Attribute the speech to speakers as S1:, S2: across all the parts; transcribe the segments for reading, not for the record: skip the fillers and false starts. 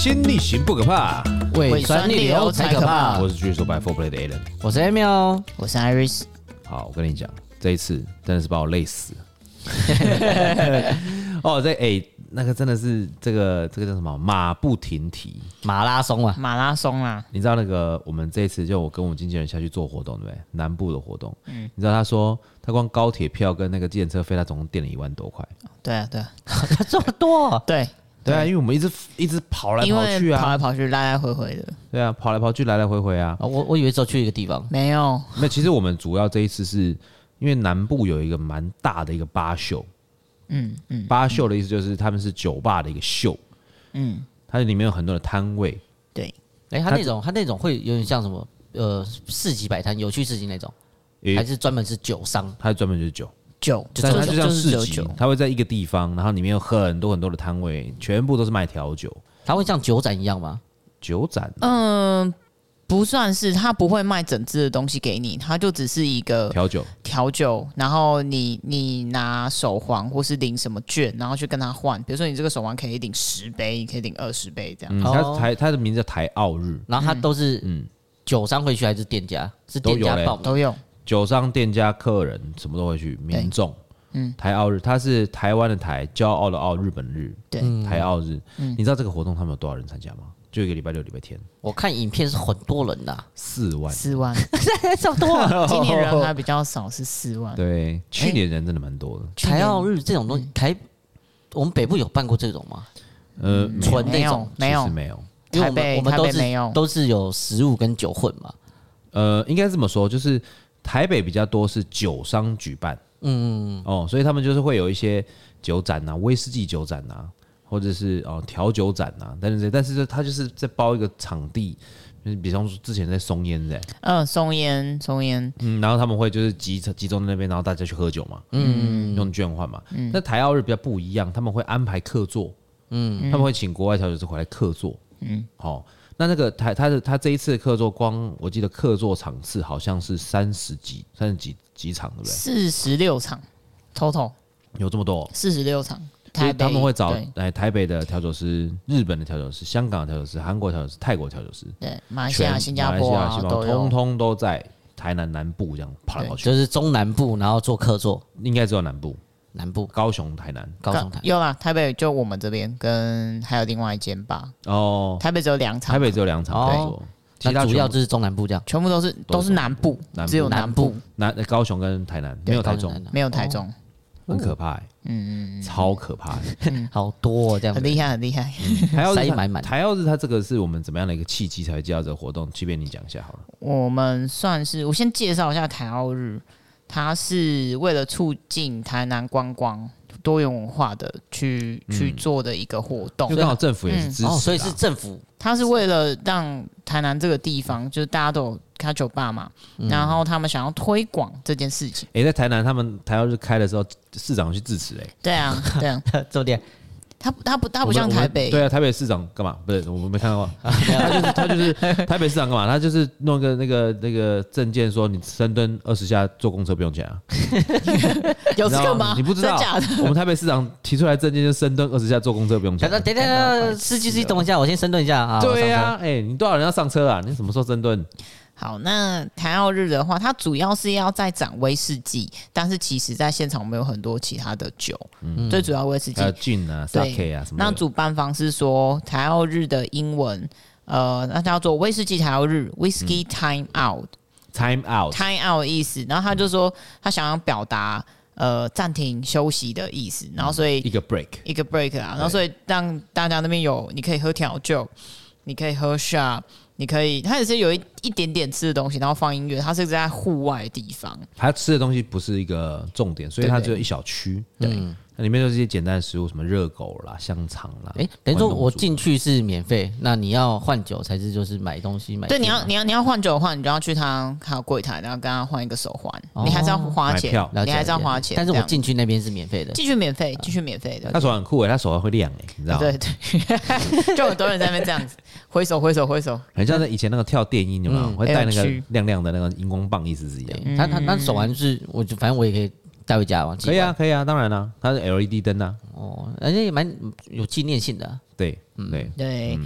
S1: 心逆行不可怕，
S2: 胃酸逆流才可怕。
S1: 我是巨手白 4 Play 的 Alan，
S2: 我是 Emil，
S3: 我是 Iris。
S1: 好，我跟你讲，这一次真的是把我累死了。哦，那个真的是这个叫什么？马不停蹄，
S2: 马拉松啊，
S3: 马拉松啊！
S1: 你知道那个我们这一次就我跟我们经纪人下去做活动，对不对？南部的活动，你知道他说他光高铁票跟那个计程车费，他总共垫了1万多块。
S3: 对啊，对啊，
S2: 这么多？
S3: 对
S1: 啊，因为我们一直跑来跑去啊，
S3: 跑来跑去，来来回回的。
S1: 对啊，跑来跑去，来来回回啊。
S2: 我以为只有去一个地方，
S3: 没有。
S1: 那其实我们主要这一次是因为南部有一个蛮大的一个巴秀。巴秀的意思就是他们是酒吧的一个秀，它里面有很多的摊位，
S3: 对，
S2: 他那种会有点像什么市集摆摊、有趣市集那种，还是专门是酒商？
S1: 它专门就是酒，
S3: 但
S1: 它就像市集
S3: 酒，
S1: 它会在一个地方，然后里面有很多很多的摊位，全部都是卖调酒。
S2: 它会像酒展一样吗？
S1: 酒展？
S3: 不算是，他不会卖整支的东西给你，他就只是一个调酒，然后你拿手环或是领什么券，然后去跟他换。比如说你这个手环可以领10杯，你可以领20杯这样。
S1: 它的名字叫台澳日，
S2: 然后它都是酒商会去还是店家？是店家报
S3: 都有，
S1: 酒商、店家、客人什么都会去，民众。台澳日，它是台湾的台，骄傲的傲，日本的日，
S3: 对，
S1: 台澳日。你知道这个活动他们有多少人参加吗？就一个礼拜6、礼拜天，
S2: 我看影片是很多人呐
S1: ，4万，
S2: 这么多。
S3: 今年人还比较少，是4万。
S1: 对，去年人真的蛮多的。
S2: 台澳日这种东西，我们北部有办过这种吗？纯那种
S3: 没有，
S2: 因为我们都是有食物跟酒混嘛。
S1: 应该这么说，就是台北比较多是酒商举办，所以他们就是会有一些酒展啊，威士忌酒展啊。或者是调酒展啊，但是他就是在包一个场地，比方说之前在松烟的，
S3: 松烟，
S1: 然后他们会就是集中在那边，然后大家去喝酒嘛，用券换嘛。那台澳日比较不一样，他们会安排客座，他们会请国外调酒师回来客座，那个他这一次的客座，光我记得客座场次好像是30几场，对不对
S3: ？46场 total
S1: 有这么多
S3: ，46场。
S1: 他们会找台北的调酒师、日本的调酒师、香港的调酒师、韩国调酒师、泰国调酒师，
S3: 对，马来西亚、新加坡啊，
S1: 通通都在台南南部这样跑来跑去，
S2: 就是中南部，然后做客座，
S1: 应该只有南部，高雄、台南，
S3: 有啦，台北就我们这边跟还有另外一间吧。台北只有2场，
S1: 台北只有2场可以做，
S2: 其他主要就是中南部这样，
S3: 全部都是南部，只有南部，
S1: 高雄跟台南没有台中，
S3: 没有台中。
S1: 很可怕超可怕
S2: 好多这样，
S3: 很厉害。
S2: 塞满满。
S1: 台澳日它这个是我们怎么样的一个契机才会接到这个活动？这边你讲一下好了。
S3: 我们算是我先介绍一下台澳日，它是为了促进台南观光多元文化的去做的一个活动，
S1: 就刚好政府也是支持，
S2: 所以是政府，
S3: 它是为了让台南这个地方，就是大家都有开酒吧嘛，然后他们想要推广这件事情。
S1: 在台南他们台澳日开的时候，市长去致辞
S3: 对啊，
S2: 重点。
S3: 他不像台北，
S1: 对啊，台北市长干嘛？不是我没看到过，他就是台北市长干嘛？他就是弄个那个证件说你深蹲20下坐公车不用钱啊，
S3: 有这个吗？
S1: 你不知道？我们台北市长提出来证件就深蹲20下坐公车不用钱。
S2: 等等，司机等一下，我先深蹲一下啊。
S1: 对啊，你多少人要上车啊？你什么时候深蹲？
S3: 好，那台澳日的话，它主要是要在展威士忌，但是其实在现场我们有很多其他的酒，最主要威士忌，
S1: 还有 gin 啊、sake 啊什么的。
S3: 那主办方是说台澳日的英文，那叫做威士忌台澳日 ，Whisky Time Out。Time out 的意思，然后他就说他想要表达暂停休息的意思，然后所以
S1: 一个 break
S3: 啊，然后所以让大家那边你可以喝调酒，你可以喝 shot。你可以，它也是有一点点吃的东西，然后放音乐。它是在户外的地方，
S1: 它吃的东西不是一个重点，所以它只有一小区。对，那里面就是一些简单的食物，什么热狗啦、香肠啦。
S2: 等于说我进去是免费，那你要换酒才是就是买东西买。
S3: 对，你要换酒的话，你就要去他有柜台，然后跟他换一个手环，你还是要花钱，你还是要花钱。
S2: 但是我进去那边是免费的，
S3: 继续免费的。
S1: 他手环很酷他手环会亮你知道吗？
S3: 对，就很多人在那边这样子挥手，
S1: 很像在以前那个跳电音有没有？会带那个亮亮的那个荧光棒，意思是一样。
S2: 他手环是反正我也可以带回家嘛。
S1: 可以啊，当然啦，它是 LED 灯啊。
S2: 而且也蛮有纪念性的。
S1: 对。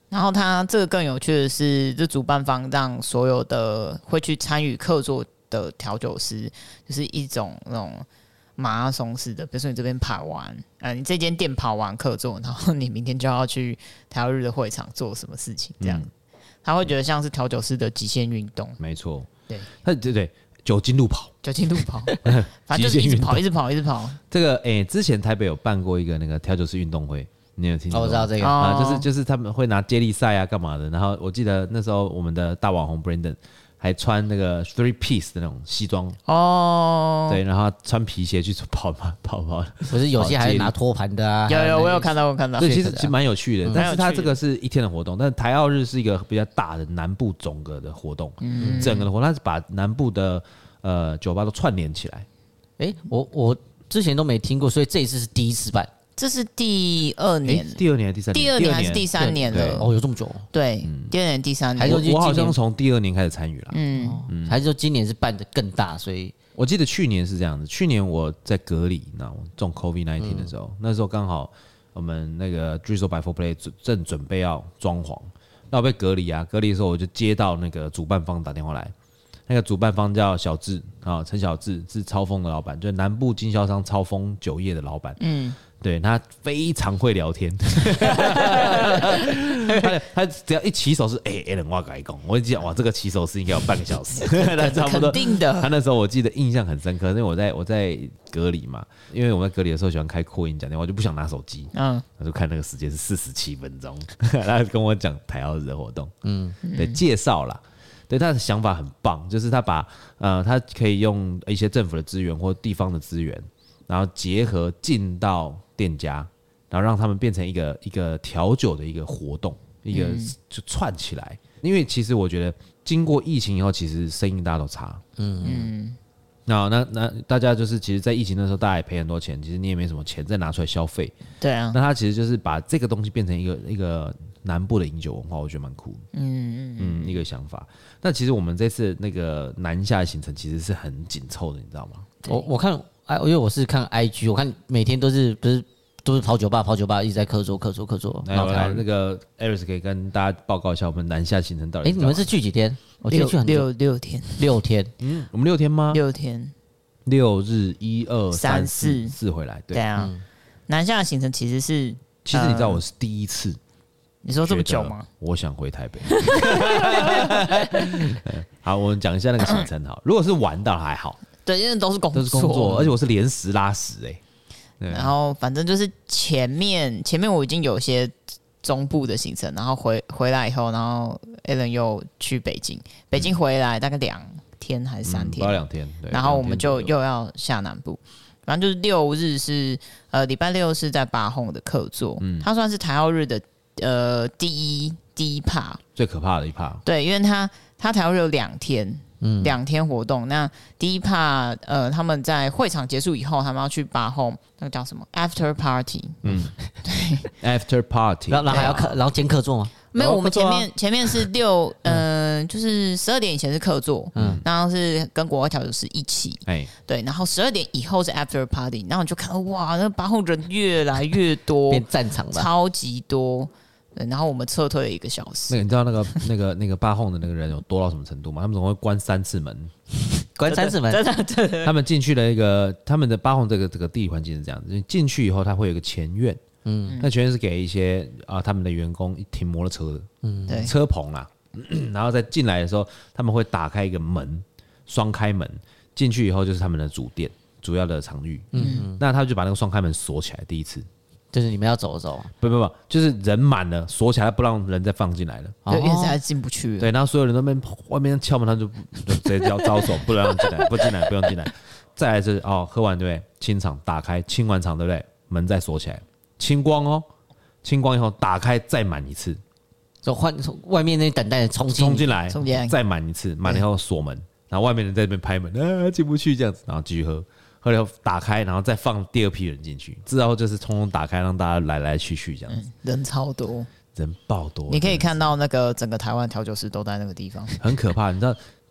S3: 然后他这个更有趣的是，这主办方让所有的会去参与客座的调酒师，就是一种那种马拉松式的，比如说你这边跑完，你这间店跑完客座，然后你明天就要去台澳日的会场做什么事情，这样，他会觉得像是调酒师的极限运动。
S1: 没错，
S3: 对，
S1: 对，酒精路跑，
S3: 反正就是一直跑，一直跑，一直跑。
S1: 这个之前台北有办过一个那个调酒师运动会。你有听说？
S2: 我知道这个
S1: 就是他们会拿接力赛啊，干嘛的？然后我记得那时候我们的大网红 Brandon 还穿那个 three piece 的那种西装对，然后穿皮鞋去跑。
S2: 不是有些还是拿托盘的啊？
S3: 有，我有看到。
S1: 对，其实蛮有趣的，但是它这个是一天的活动，但是台澳日是一个比较大的南部整个的活动，整个的活动它是把南部的酒吧都串联起来。
S2: 我之前都没听过，所以这一次是第一次办。
S3: 这是第二年还是第三年？
S1: 第二年
S3: 还是第三年了？
S2: 有这么久？
S3: 对，第二年、第三年。
S1: 我好像从第二年开始参与了。
S2: 还是说今年是办得更大？所以
S1: 我记得去年是这样子。去年我在隔离，那我中 COVID-19 的时候，那时候刚好我们那个 Drizzle by 4 Play 正准备要装潢，那我被隔离啊。隔离的时候我就接到那个主办方打电话来，那个主办方叫小智啊，陈小智是超丰的老板，就是南部经销商超丰酒业的老板。对，他非常会聊天，他只要一起手是Alan 我改讲，我讲哇这个起手式应该有半个小时，差不多。
S3: 肯定的。
S1: 他那时候我记得印象很深刻，因为我在隔离嘛，因为我在隔离的时候喜欢开扩音讲电话，就不想拿手机，我就看那个时间是47分钟，他跟我讲台澳日的活动，对，介绍啦。对，他的想法很棒，就是他把他可以用一些政府的资源或地方的资源，然后结合进到店家，然后让他们变成一个调酒的一个活动，一个就串起来。因为其实我觉得经过疫情以后，其实生意大家都差。那大家就是其实，在疫情的时候，大家也赔很多钱，其实你也没什么钱再拿出来消费。
S3: 对啊。
S1: 那他其实就是把这个东西变成一个南部的饮酒文化，我觉得蛮酷的。一个想法。那其实我们这次那个南下的行程其实是很紧凑的，你知道吗？
S2: 我看。因为我是看 IG， 我看每天都是跑酒吧，一直在客座。
S1: 然后那个 Aris 可以跟大家报告一下我们南下行程到底。
S2: 你们是去几天？我记得去很
S3: 久6天。
S2: 6天。
S1: 我们6天吗
S3: ？6天。
S1: 6日1、2、3、4回来。
S3: 对啊。南下的行程其实你
S1: 知道我是第一次。
S3: 你说这么久吗？
S1: 我想回台北。好，我们讲一下那个行程好。如果是玩到还好。
S3: 对，因为都是工作，
S1: 而且我是连时拉时
S3: 然后反正就是前面我已经有些中部的行程，然后回来以后，然后 Alan 又去北京回来大概2天还是3天，
S1: 不到2天。对，
S3: 然后我们就又要下南部，反正就是6日是礼拜6是在八honk的客座，它算是台澳日的第一趴，
S1: 最可怕的一趴。
S3: 对，因为它台澳日有2天。2天活动，那第一趴他们在会场结束以后，他们要去八honk那个叫什么 after party， 对
S1: after party，
S2: 然后还要然后兼客座吗？
S3: 没有，我们前面是就是12点以前是客座，然后是跟国外调酒师一起，对，然后12点以后是 after party， 然后你就看哇，那八honk人越来越多，
S2: 变战场了，
S3: 超级多。然后我们撤退了1个小时。
S1: 你知道那个八honk的那个人有多到什么程度吗？他们总会关3次门，
S2: 关3次门。
S3: 对。
S1: 他们进去了一个他们的八honk这个地理环境是这样子，进去以后他会有一个前院，那前院是给一些他们的员工停摩托车的，车棚啦，然后再进来的时候，他们会打开一个门，双开门，进去以后就是他们的主店主要的场域，那他就把那个双开门锁起来，第一次。
S2: 就是你们要走，
S1: 不，就是人满了，锁起来，不让人再放进来了。
S3: 对，因为还进不去了。
S1: 对，然后所有人都外面敲门，他就直接要招手，不能让进来，不用进来。再来是喝完对不对？清场打开，清完场对不对？门再锁起来，清光以后打开再满一次，
S2: 就换外面那等待的冲
S1: 进来，再满一次，满了以后锁门，然后外面人在那边拍门，进不去这样子，然后继续喝。后来打开，然后再放第2批人进去，之后就是通通打开，让大家来来去去这样子，
S3: 人超多，
S1: 人爆多，
S3: 你可以看到那个整个台湾调酒师都在那个地方，
S1: 很可怕。你知道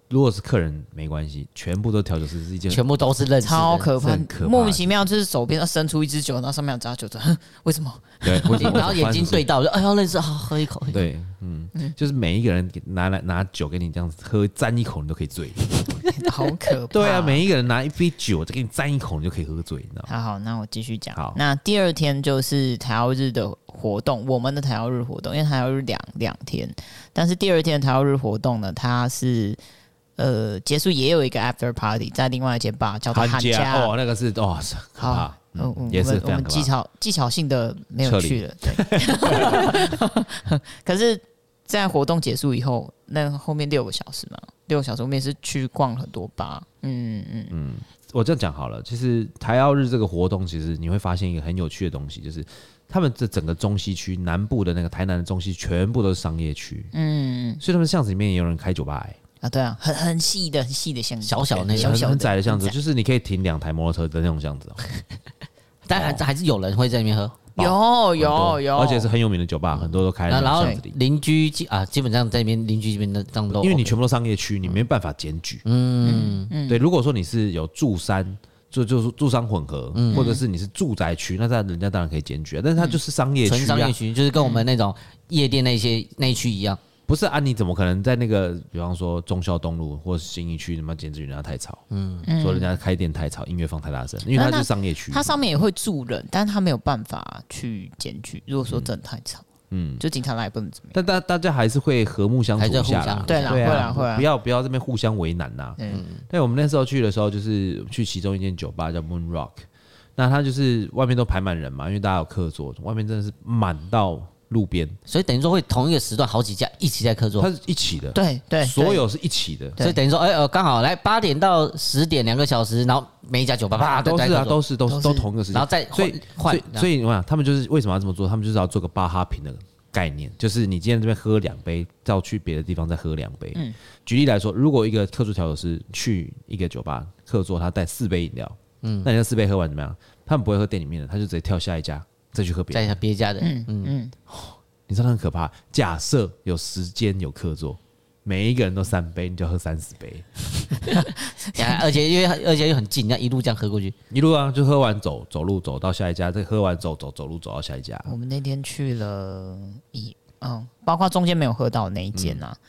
S1: 如果是客人没关系，全部都调酒师是一件
S2: 全部都是认识的，
S3: 超可怕，
S1: 可
S3: 莫名其妙就是手边要伸出一支酒，然后上面有扎酒的，为什么？
S1: 对，
S2: 然后眼睛对到，就哎呀认识，好喝一口。
S1: 对，就是每一个人拿酒给你这样子喝，沾一口你都可以醉，
S3: 好可怕。
S1: 对啊，每一个人拿一杯酒再给你沾一口，你就可以喝醉，你知道吗？
S3: 好，那我继续讲。
S1: 好，
S3: 那第二天就是台澳日的活动，我们的台澳日活动，因为台澳日两天，但是第二天的台澳日活动呢，它是结束也有一个 after party， 在另外一间bar叫做韩家
S1: 哦，那个是可怕，也是非常可怕。
S3: 我们技巧性的没有去了，对。可是，在活动结束以后，那后面6个小时嘛，6个小时我们也是去逛了很多吧。
S1: 我这样讲好了，其实台澳日这个活动，其实你会发现一个很有趣的东西，就是他们这整个中西区南部的那个台南的中西全部都是商业区，所以他们巷子里面也有人开酒吧
S3: 对啊，很细的巷子，
S2: 小小那
S3: 个
S1: 很窄的巷子，就是你可以停2台摩托车的那种巷子。
S2: 但还是有人会在那边喝，
S3: 有，
S1: 而且是很有名的酒吧，很多都开在
S2: 然后
S1: 巷子里。
S2: 邻居基本上在那边邻居这边的这样都，
S1: 因为你全部都商业区，你没办法检举。对。如果说你是有住山，就是住商混合，或者是你是住宅区，那人家当然可以检举，但是它就是商业区，
S2: 纯商业区，就是跟我们那种夜店那些内区一样。
S1: 不是啊，你怎么可能在那个，比方说忠孝东路或是信义区，你们检举人家太吵，说人家开店太吵，音乐放太大声，因为它就是商业区，
S3: 它上面也会住人，但是他没有办法去检举。如果说真的太吵，就警察来也不能怎么样。
S1: 但大家还是会和睦相处一下啦，
S3: 对啦，会啊，
S1: 不要这边互相为难呐。但我们那时候去的时候，就是去其中一间酒吧叫 Moon Rock， 那它就是外面都排满人嘛，因为大家有客座，外面真的是满到路边，
S2: 所以等于说会同一个时段好几家一起在客座，
S1: 它是一起的，
S3: 对，
S1: 所有是一起的，
S2: 所以等于说，刚好来8点到10点2个小时，然后每一家酒吧啪
S1: 都是啊，都同一个时间，
S2: 然后再换，
S1: 所以你看他们就是为什么要这么做？他们就是要做个巴哈平的概念，就是你今天这边喝2杯，再要去别的地方再喝2杯。举例来说，如果一个客座调酒师去一个酒吧客座，他带4杯饮料，那你那4杯喝完怎么样？他们不会喝店里面的，他就直接跳下一家。再去喝
S2: 别家的，
S1: 你知道很可怕。假设有10间有客座，每一个人都3杯，你就喝30杯，
S2: 而且又很近，你要一路这样喝过去，
S1: 一路啊，就喝完走路走到下一家，再喝完走路走到下一家。
S3: 我们那天去了包括中间没有喝到的那一间啊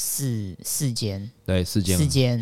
S3: ，4间，
S1: 对，4间还是5间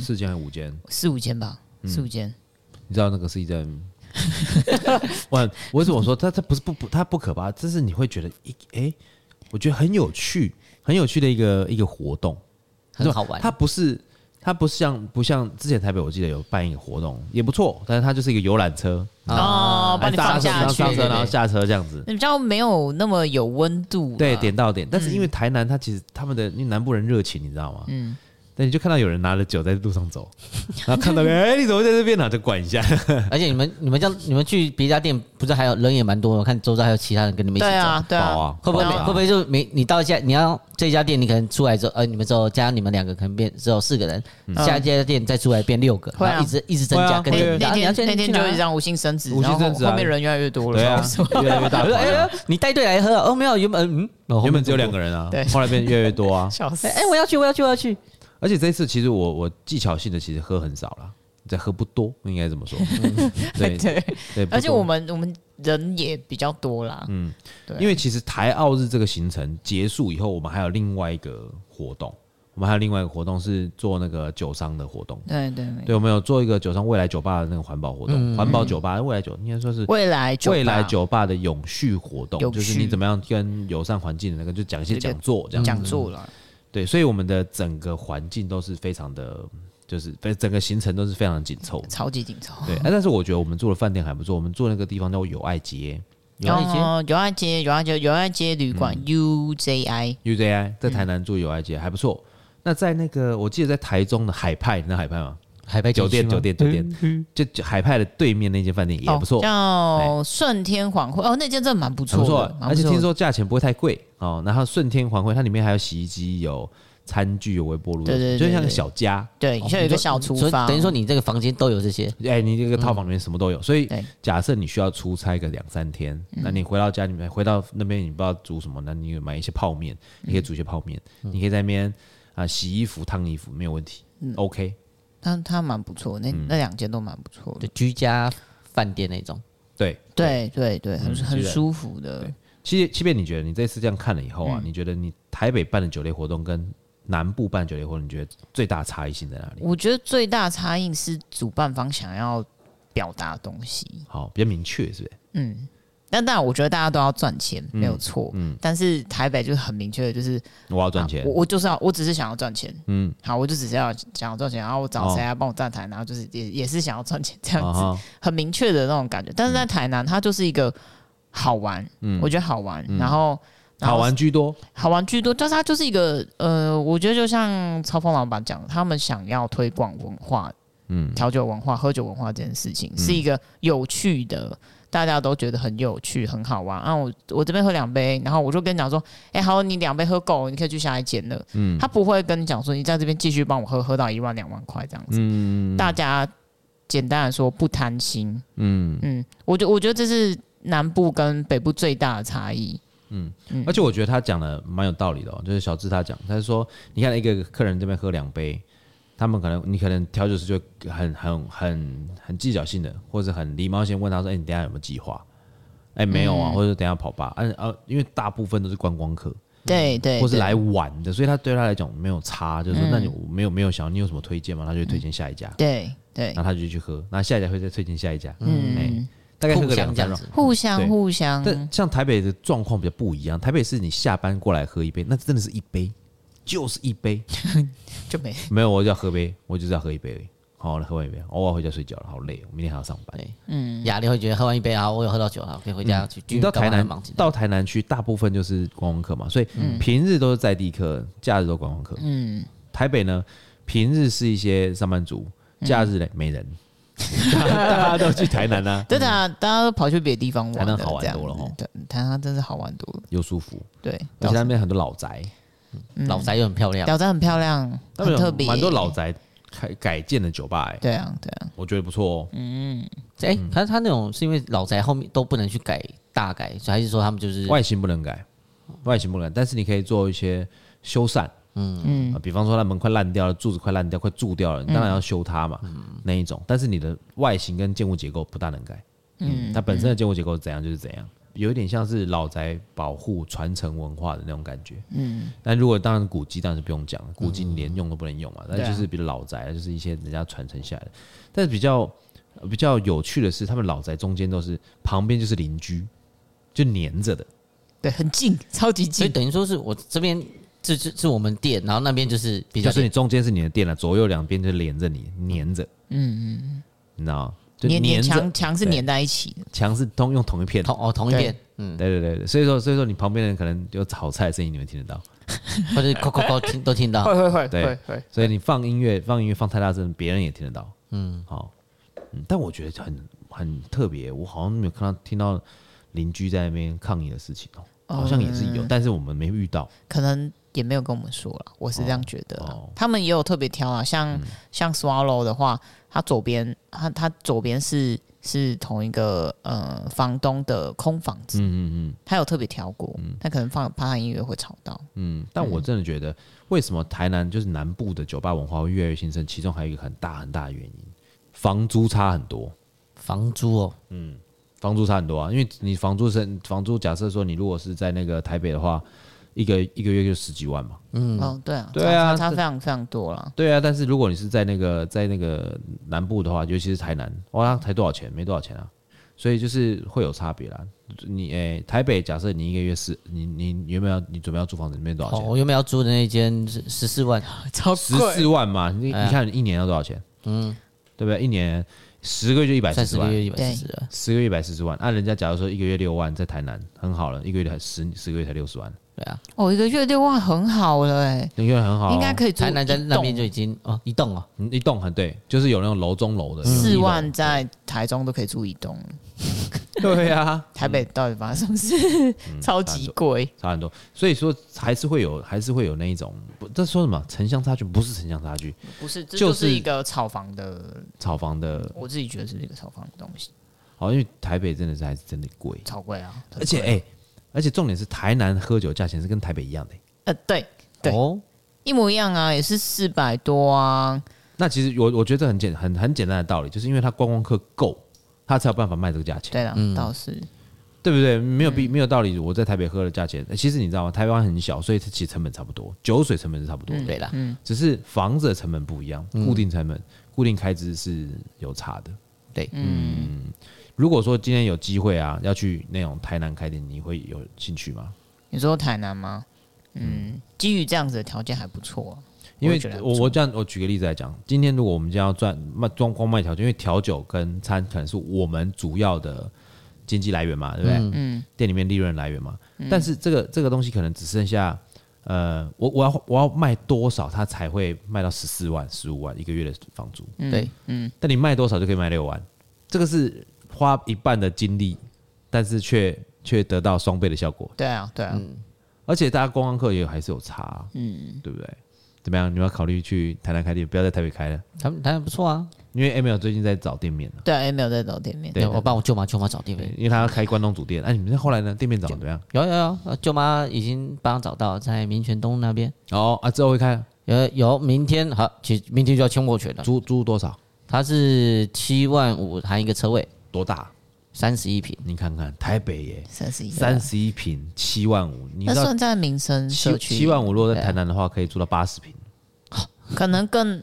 S3: ？4、5间吧，4、5间。
S1: 你知道那个是一间。我为什么说它它不可怕？这是你会觉得我觉得很有趣的一个活动，
S2: 很好玩。
S1: 它不像之前台北我记得有办一个活动也不错，但是它就是一个游览车
S3: 把你放下去，
S1: 上车然后下车这样子，
S3: 比较没有那么有温度。
S1: 对，点到点。但是因为台南它其实他们的因为南部人热情，你知道吗？那你就看到有人拿着酒在路上走，然后看到你怎么在这边呢？就管一下。
S2: 而且你们去别家店，不是还有人也蛮多的？我看周遭还有其他人跟你们一起走。
S3: 对啊，
S2: 会不会就你到你要这家店，你可能出来之后，你们之后加你们2个，可能只有4个人，下一家店再出来变6个，然后一直增加。跟
S3: 那天就这样无性生殖，然后后面人越来越多了，
S1: 对啊，越来越大。
S2: 你带队来喝没有？原本
S1: 只有2个人啊，后来变越来越多啊。
S3: 笑死！
S2: 我要去。
S1: 而且这一次其实我技巧性的其实喝很少啦，在喝不多，应该这么说。
S3: 对，而且我们人也比较多啦。对，
S1: 因为其实台澳日这个行程结束以后，我们还有另外一个活动。我们还有另外一个活动是做那个酒商的活动。对，我们有做一个酒商未来酒吧的那个环保活动，环保酒吧未来酒应该说是
S3: 未来
S1: 酒吧的永续活动，就是你怎么样跟友善环境的那个，就讲一些讲座这样。
S3: 讲座了。
S1: 对，所以我们的整个环境都是非常的，就是整个行程都是非常紧凑，
S3: 超级紧凑。
S1: 对，但是我觉得我们住的饭店还不错，我们住那个地方叫友爱街，
S3: 友爱街旅馆 UJI
S1: 在台南住友爱街还不错。那在那个我记得在台中的海派，你知道海派吗？
S2: 海派
S1: 酒店，就海派的对面那间饭店也不错，
S3: 叫顺天环汇。那间真的蛮不错的，
S1: 而且听说价钱不会太贵哦。然后顺天环汇它里面还有洗衣机、有餐具、有微波炉，对，就像个小家。
S3: 对，就有一个小厨房。
S2: 等于说你这个房间都有这些，
S1: 你这个套房里面什么都有。所以假设你需要出差个2-3天，那你回到家里面，回到那边你不知道煮什么，那你买一些泡面，你可以煮一些泡面，你可以在那边洗衣服、烫衣服没有问题。 OK，
S3: 它蛮不错，那2间都蛮不错的，
S2: 就居家饭店那种。
S1: 对，
S3: 很舒服的。
S1: 即便你觉得你这次这样看了以后啊，你觉得你台北办的酒类活动跟南部办的酒类活动，你觉得最大差异性在哪里？
S3: 我觉得最大差异是主办方想要表达的东西，
S1: 好，比较明确，是不是？
S3: 但当然，我觉得大家都要赚钱，没有错。但是台北就是很明确的，就是
S1: 我要赚钱，
S3: 我只是想要赚钱。好，我就只是想要赚钱，然后我找谁来帮我站台，然后就是也是想要赚钱，这样子很明确的那种感觉。但是在台南，它就是一个好玩，我觉得好玩，然后
S1: 好玩居多，
S3: 但是它就是一个我觉得就像超峰老板讲的，他们想要推广文化，调酒文化、喝酒文化这件事情是一个有趣的。大家都觉得很有趣、很好玩啊！我这边喝2杯，然后我就跟你讲说，好，你2杯喝够了，你可以去下一间了。他不会跟你讲说，你在这边继续帮我喝到1万2万块这样子。大家简单的说不贪心。我觉得这是南部跟北部最大的差异。
S1: 而且我觉得他讲的蛮有道理的就是小智他讲，他是说，你看一个客人这边喝2杯。你可能调酒师就很技巧性的，或者很礼貌性问他说：“你等一下有没有计划？”没有啊，或者等一下跑吧。因为大部分都是观光客，
S3: 对，
S1: 或是来玩的，所以对他来讲没有差，就是说，那你没有想你有什么推荐吗？他就推荐下一家，
S3: 对，
S1: 然后他就去喝，那下一家会再推荐下一家，大概喝个2-3种，
S3: 互相。
S1: 但像台北的状况比较不一样，台北是你下班过来喝1杯，那真的是1杯。就是1杯
S3: 就
S1: 没有，我就要喝杯，我就是要喝1杯而已。好，喝完1杯，我要回家睡觉了，好累，我明天还要上班。
S2: 压力会觉得喝完1杯，好，我有喝到酒，好，可以回家去。
S1: 你到台南区，大部分就是观光客嘛，所以平日都是在地客，假日都观光客。台北呢，平日是一些上班族，假日嘞没人，大家都去台南啊。
S3: 对的，大家都跑去别的地方玩，
S1: 台南好玩多了哦。
S3: 对，台南真是好玩多了，
S1: 又舒服。
S3: 对，
S1: 而且那边很多老宅。
S2: 老宅又很漂亮，
S3: 老宅很漂亮，很特别，
S1: 蛮多老宅改建的酒吧
S3: 对啊，
S1: 我觉得不错哦。
S2: 他那种是因为老宅后面都不能去大改，还是说他们就是
S1: 外形不能改，但是你可以做一些修缮。比方说它门快烂掉了，柱子快烂掉，快蛀掉了，你当然要修它嘛，那一种。但是你的外形跟建物结构不大能改。它本身的建物结构是怎样就是怎样。有一点像是老宅保护传承文化的那种感觉，但如果当然古迹当然是不用讲，古迹连用都不能用嘛，那就是比如老宅，就是一些人家传承下来的。但是比较有趣的是，他们老宅中间都是旁边就是邻居，就黏着的，
S3: 对，很近，超级近，
S2: 所以等于说是我这边是我们店，然后那边就是比较，
S1: 就是你中间是你的店了，左右两边就连着你，黏着，你知道吗？
S3: 墙是粘在一起的，
S1: 墙是用同一片，
S2: 同一片，
S1: 对，所以说你旁边的人可能有炒菜的声音，你们听得到，
S2: 或者扣都听到，
S3: 会，
S1: 对，所以你放音乐放太大声，别人也听得到，好，但我觉得很特别，我好像没有听到邻居在那边抗议的事情好像也是有，但是我们没遇到，
S3: 可能也没有跟我们说了，我是这样觉得，他们也有特别挑啊，像 Swallow 的话。他左边是同一个房东的空房子，他有特别挑过，他可能怕他音乐会吵到，
S1: 但我真的觉得，为什么台南就是南部的酒吧文化会越来越兴盛？其中还有一个很大的原因，房租差很多。
S2: 房租
S1: 房租差很多啊，因为你房租假设说你如果是在那个台北的话。一个月就10几万嘛，
S3: 对啊，差非常非常多了。
S1: 对啊，但是如果你是在那个南部的话，尤其是台南，哇，才多少钱？没多少钱啊，所以就是会有差别啦。你台北假设你一个月你原本你准备要租房子，里面多少钱？
S2: 我原本要租的那间14万，
S3: 超贵
S1: ，14万嘛，你看一年要多少钱？对不对？一年10个月就140万，10个月140万。人家假如说一个月6万，在台南很好了，一个月10个月才60万。
S2: 对啊，
S3: 一个月6万很好了
S1: 一个月很好，
S3: 应该可以租。
S2: 台南在那边就已经一栋
S1: 一栋很对，就是有那种楼中楼的
S3: ，4万在台中都可以住一栋。
S1: 对啊，
S3: 台北到底发生什么事？超级贵，
S1: 差很多。所以说还是会有那一种，这说什么城乡差距？不是城乡差距，
S3: 不是，这就是一个炒房的。我自己觉得是一个炒房的东西。
S1: 因为台北真的还是真的贵，
S3: 超贵啊！
S1: 而且重点是台南喝酒价钱是跟台北一样的。
S3: 对， 一模一样啊，也是400多啊。
S1: 那其实我觉得这很简单的道理，就是因为它观光客够，它才有办法卖这个价钱。
S3: 对啦，倒是。
S1: 对不对？没有道理。我在台北喝的价钱，其实你知道吗？台湾很小，所以其实成本差不多，酒水成本是差不多的。
S2: 对啦，
S1: 只是房子的成本不一样，固定成本、固定开支是有差的。
S2: 对，
S1: 如果说今天有机会啊，要去那种台南开店，你会有兴趣吗？
S3: 你说台南吗？基于这样子的条件还不错啊。
S1: 因为我这样，我举个例子来讲，今天如果我们今天要光卖调酒，因为调酒跟餐可能是我们主要的经济来源嘛，对不对？店里面利润来源嘛。但是这个东西可能只剩下，我要卖多少，它才会卖到14万、15万一个月的房租？
S2: 对，
S1: 但你卖多少就可以卖6万，这个是花一半的精力，但是却得到双倍的效果。
S3: 对啊，
S1: 而且大家观光客也还是有差，对不对？怎么样？你要考虑去台南开店，不要在台北开了。
S2: 台南不错啊，
S1: 因为 Emil 最近在找店面了。
S3: 对啊 ，Emil 在找店面。
S2: 对，我帮我舅妈找店面，
S1: 因为他要开关东煮店。你们后来呢？店面找怎么样？
S2: 有，舅妈已经帮他找到，在民权东那边。
S1: 之后会开。
S2: 有，明天好，其实明天就要签货权了。
S1: 租多少？
S2: 它是7万5含一个车位。
S1: 多大
S2: ？31坪。
S1: 你看看台北耶
S3: ，31
S1: 坪7万5，
S3: 那算在民生社区。
S1: 7万5，如果在台南的话，可以租到80坪。
S3: 可能更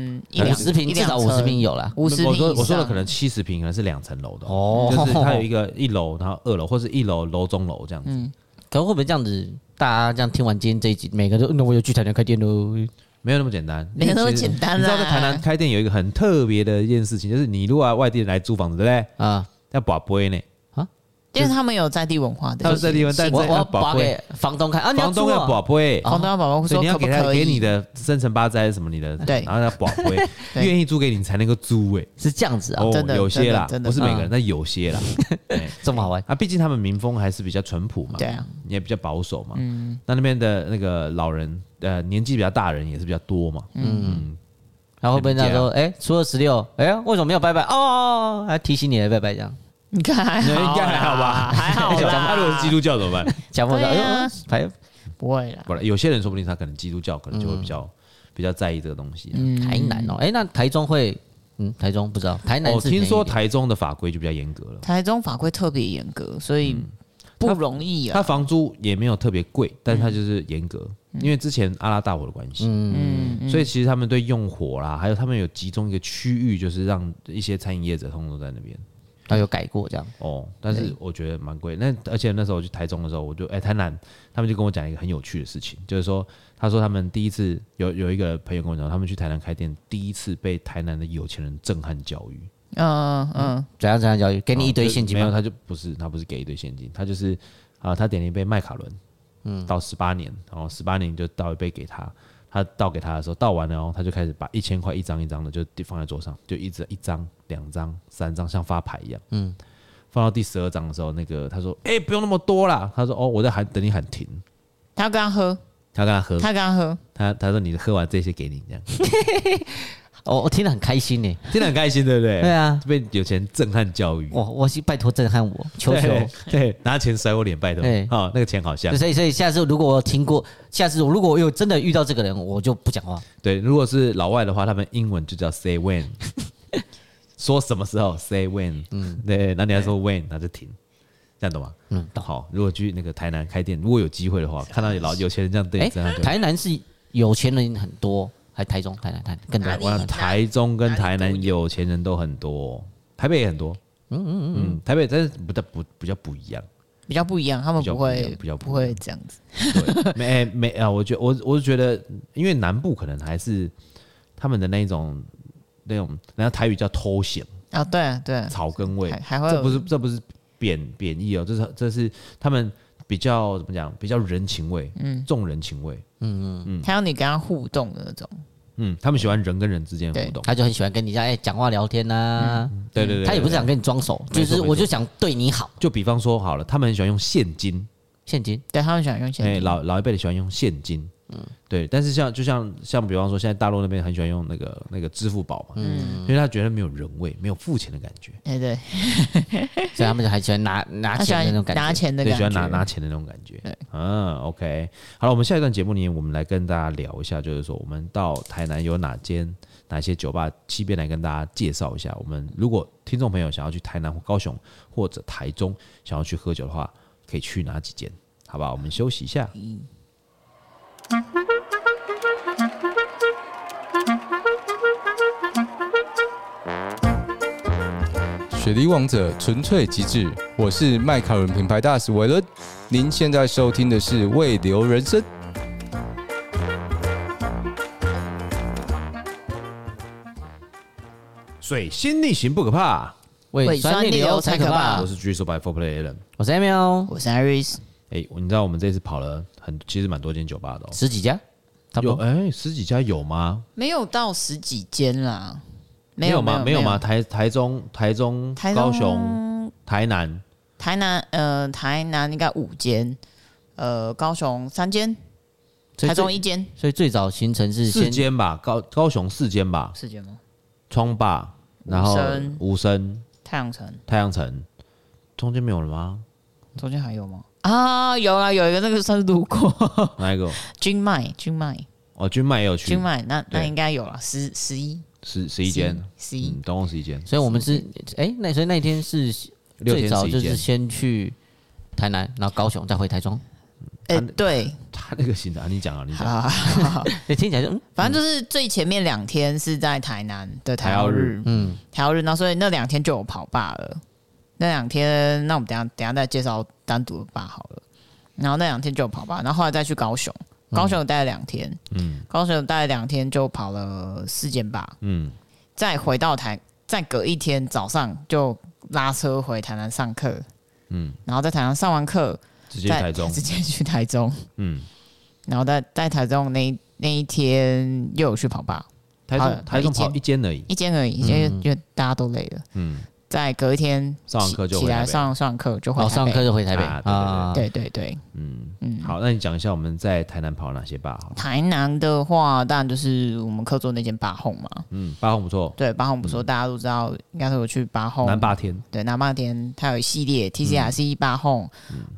S2: 50坪，至少50坪有啦。
S3: 50坪，
S1: 我说的可能70坪，可能是2层楼的就是它有一楼，然后2楼，或是1楼楼中楼这样子。
S2: 可能会不会这样子？大家这样听完今天这一集，每个都那我有去台南开店喽？
S1: 没有那么简单，
S3: 没有那么简单。
S1: 你知道在台南开店有一个很特别的一件事情，就是你如果外地人来租房子，对不对？要拔杯呢。
S3: 因为他们有在地文化的，
S1: 他们在地文化，
S2: 我要把给房东看啊，
S1: 房东要把杯，
S3: 房东要把杯，
S1: 所以你要给你的生辰八字还是什么你的，
S3: 对，
S1: 然后要把杯，愿意租给你才能够租，
S2: 是这样子啊，
S3: 真的
S1: 有些啦，不是每个人，但有些啦，
S2: 这么好玩
S1: 啊，毕竟他们民风还是比较淳朴嘛，
S3: 对啊，
S1: 也比较保守嘛，那边的那个老人，年纪比较大的人也是比较多嘛，
S2: 然后会不会这样说，初26，为什么没有拜拜？还提醒你来拜拜这样。
S3: 你看还好，
S1: 应该还好吧？
S3: 还好啦。
S1: 他如果是基督教怎么办？
S2: 讲不了，
S3: 不会啦。
S1: 不然有些人说不定他可能基督教，可能就会比较在意这个东西。
S2: 台南那台中会，台中不知道，台南
S1: 听说台中的法规就比较严格了。
S3: 台中法规特别严格，所以不容易啊。
S1: 它房租也没有特别贵，但是它就是严格，因为之前阿拉大火的关系，所以其实他们对用火啦，还有他们有集中一个区域，就是让一些餐饮业者通通都在那边。
S2: 他有改过这样
S1: 但是我觉得蛮贵。而且那时候我去台中的时候，我就台南，他们就跟我讲一个很有趣的事情，就是说，他说他们第一次有一个朋友跟我讲，他们去台南开店，第一次被台南的有钱人震撼教育。
S2: 怎样教育？给你一堆现金吗？
S1: 没有，他不是给一堆现金，他就是他点了一杯麦卡伦，倒18年，然后18年就倒一杯给他。他倒给他的时候，倒完了他就开始把1000块一张一张的就放在桌上，就一张、2张、3张，像发牌一样。放到第12张的时候，那个他说：“不用那么多啦。”他说：“我在等你喊停。”
S3: 他跟他喝，
S1: 他说：“你喝完这些给你这样。”
S2: 我听得很开心呢，
S1: 听得很开心，对不对？
S2: 对啊，
S1: 被有钱震撼教育。
S2: 我是拜托震撼我，求，
S1: 对，拿钱甩我脸，拜托。那个钱好像。
S2: 所以下次如果我听过，如果我有真的遇到这个人，我就不讲话。
S1: 对，如果是老外的话，他们英文就叫 say when， 说什么时候 say when，对，那你要说 when， 他就停，这样懂吗？好，如果去那个台南开店，如果有机会的话，看到有钱人这样对，
S2: 台南是有钱人很多。还台中、台南更多。
S1: 台中跟台南有钱人都很多，台北也很多。台北但是比较不一样，
S3: 他们不会这样子。
S1: 对，我是觉得，因为南部可能还是他们的那种，人家台语叫偷咸
S3: 啊，对，
S1: 草根味，
S3: 还会
S1: 这不是贬义哦，这是他们比较怎么讲，比较人情味，重人情味。
S3: 还有你跟他互动的那种，
S1: 他们喜欢人跟人之间的互动，
S2: 他就很喜欢跟你讲话聊天呐。
S1: 对，
S2: 他也不是想跟你装熟，就是我就想对你好。
S1: 就比方说好了，他们很喜欢用现金，
S3: 对他们喜欢用现金，
S1: 老一辈的喜欢用现金， 对。但是就像比方说，现在大陆那边很喜欢用那个支付宝嘛，因为他觉得没有人味，没有付钱的感觉。
S3: 对，
S2: 所以他们还喜欢拿钱的那种感觉，
S3: 拿钱的感觉，
S1: 对，喜欢拿钱的那种感觉。OK， 好了，我们下一段节目里面，我们来跟大家聊一下，就是说我们到台南有哪些酒吧，西边来跟大家介绍一下。我们如果听众朋友想要去台南或高雄或者台中想要去喝酒的话，可以去哪几间？好吧，我们休息一下。
S4: 雪梨王者纯粹极致，我是麦卡伦品牌大使韦伦。您现在收听的是胃流人生。
S1: 水星逆行不可怕，
S2: 胃酸逆流才可怕。
S1: 我是 Drizzle by 4Play Alan，
S2: 我是 Emil，
S3: 我是 Iris。
S1: 你知道我们这次跑了其实蛮多间酒吧的
S2: 10几家，差不多。
S1: 10几家有吗？
S3: 没有到10几间啦，
S1: 没有吗？台中、高雄、台南应该5间，高雄3间，台中1间。
S2: 所以最早形成是
S1: 4间吧，高雄4间吧
S3: ，4间吗？
S1: 创霸，然后武生、太阳城，中间没有了吗？
S3: 中间还有吗？啊，有啊，有一个那个算是路过。
S1: 哪一个？
S3: 君麦。
S1: 哦，君麦也有去。
S3: 君麦那应该有了11
S1: 间
S3: ，11，
S1: 总共11间。
S2: 所以我们是所以那天是最早就是先去台南，然后高雄，再回台中。
S3: 对，
S1: 他那个行程你讲。
S2: 听起来就
S3: 反正就是最前面2天是在台南的台澳日，台澳日，那所以那2天就有跑吧了。那2天，那我们等一下再介绍单独的吧好了。然后那2天就有跑吧，然后后来再去高雄，高雄有待了2天，高雄有待了2天就跑了4间吧，再回到再隔一天早上就拉车回台南上课，然后在台南上完课直接去台中，然后在台中那一天又有去跑吧，
S1: 台中跑1间而已，
S3: 因为大家都累了，再隔一天
S1: 上完课就
S3: 起来上课就回台北，
S2: 上课就回台北
S3: 对，
S1: 好，那你讲一下我们在台南跑哪些吧？
S3: 台南的话，当然就是我们客座那间八红嘛，
S1: 八红不错，
S3: 对，八红不错，大家都知道，应该是有去八红
S1: 南八天，
S3: 对，南八天它有一系列 TCRC 八红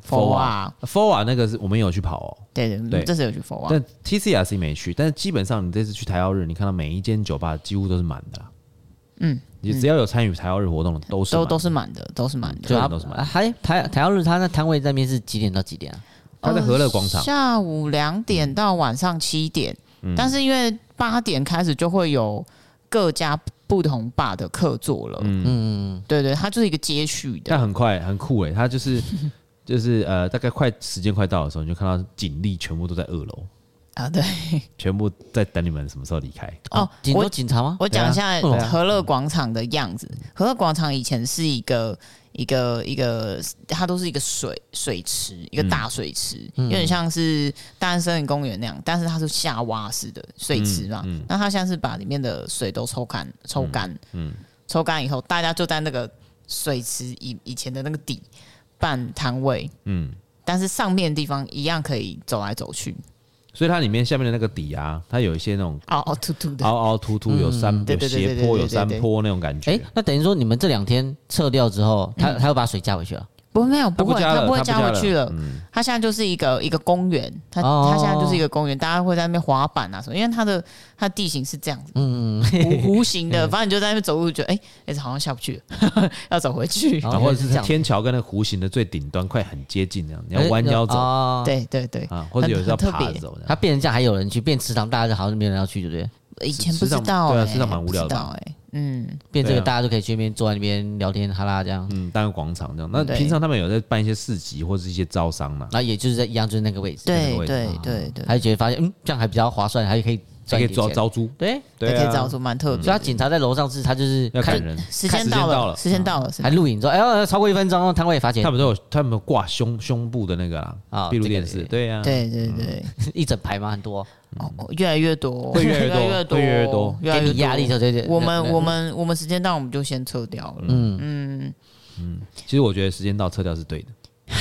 S3: FOA
S1: 那个是我们有去跑哦，
S3: 对，这次有去 FOA，
S1: 但 TCRC 没去，但是基本上你这次去台澳日，你看到每一间酒吧几乎都是满的啦。你只要有参与台澳日活动的，都
S3: 是满的，都是满的。
S2: 台澳日，他那摊位那边是几点到几点啊？
S1: 他在和乐广场，
S3: 下午2点到晚上7点。但是因为8点开始就会有各家不同吧的客座了。对，它就是一个接续的。
S1: 但很快很酷哎，它就是大概时间快到的时候，你就看到警力全部都在2楼。
S3: 对，
S1: 全部在等你们什么时候离开。
S2: 警察吗？
S3: 我讲一下和乐广场的样子。和乐广场以前是一个，它都是一个水池，一个大水池，有点像是大安森林公园那样，但是它是下挖式的水池嘛。那它现在是把里面的水都抽干以后，大家就在那个水池以前的那个底办摊位。但是上面的地方一样可以走来走去。
S1: 所以它里面下面的那个底啊，它有一些那种
S3: 凹凹凸凸的，
S1: 有斜坡，有山坡那种感觉。
S2: 那等于说你们这2天撤掉之后，他又把水加回去了？
S3: 不会，它不会加回去了。它现在就是一个公园，它现在就是一个公园，大家会在那边滑板啊什么，因为它的地形是这样子，弧形的，反正你就在那边走路，觉得好像下不去了，要走回去，
S1: 或者是天桥跟那个弧形的最顶端快很接近那样，你要弯腰走，
S3: 对
S1: 或者有时候爬着走，
S2: 它变成这样还有人去，变池塘大家好像没有人要去，对不对？
S3: 以前不知道，
S1: 对啊，池塘蛮无聊的，
S2: 变这个大家都可以去那边坐在那边聊天哈拉这样，
S1: 当个广场这样。那平常他们有在办一些市集或者是一些招商嘛，
S2: 然后也就是在一样就是那个位置，
S3: 对，
S2: 还觉得发现这样还比较划算，还可以
S1: 招租，
S2: 对，
S3: 可以招租，蛮特别。
S2: 所以他警察在楼上他就是
S1: 要看人，
S3: 时间到了，
S2: 还录影说，超过1分钟，摊位罚钱。
S1: 他们有挂胸部的那个啦，闭路电视，对呀，
S3: 对，
S2: 一整排吗？很多，
S3: 越来越多，
S1: 会越来越多，
S2: 给你压力，对。
S3: 我们时间到，我们就先撤掉了。
S1: 其实我觉得时间到撤掉是对的。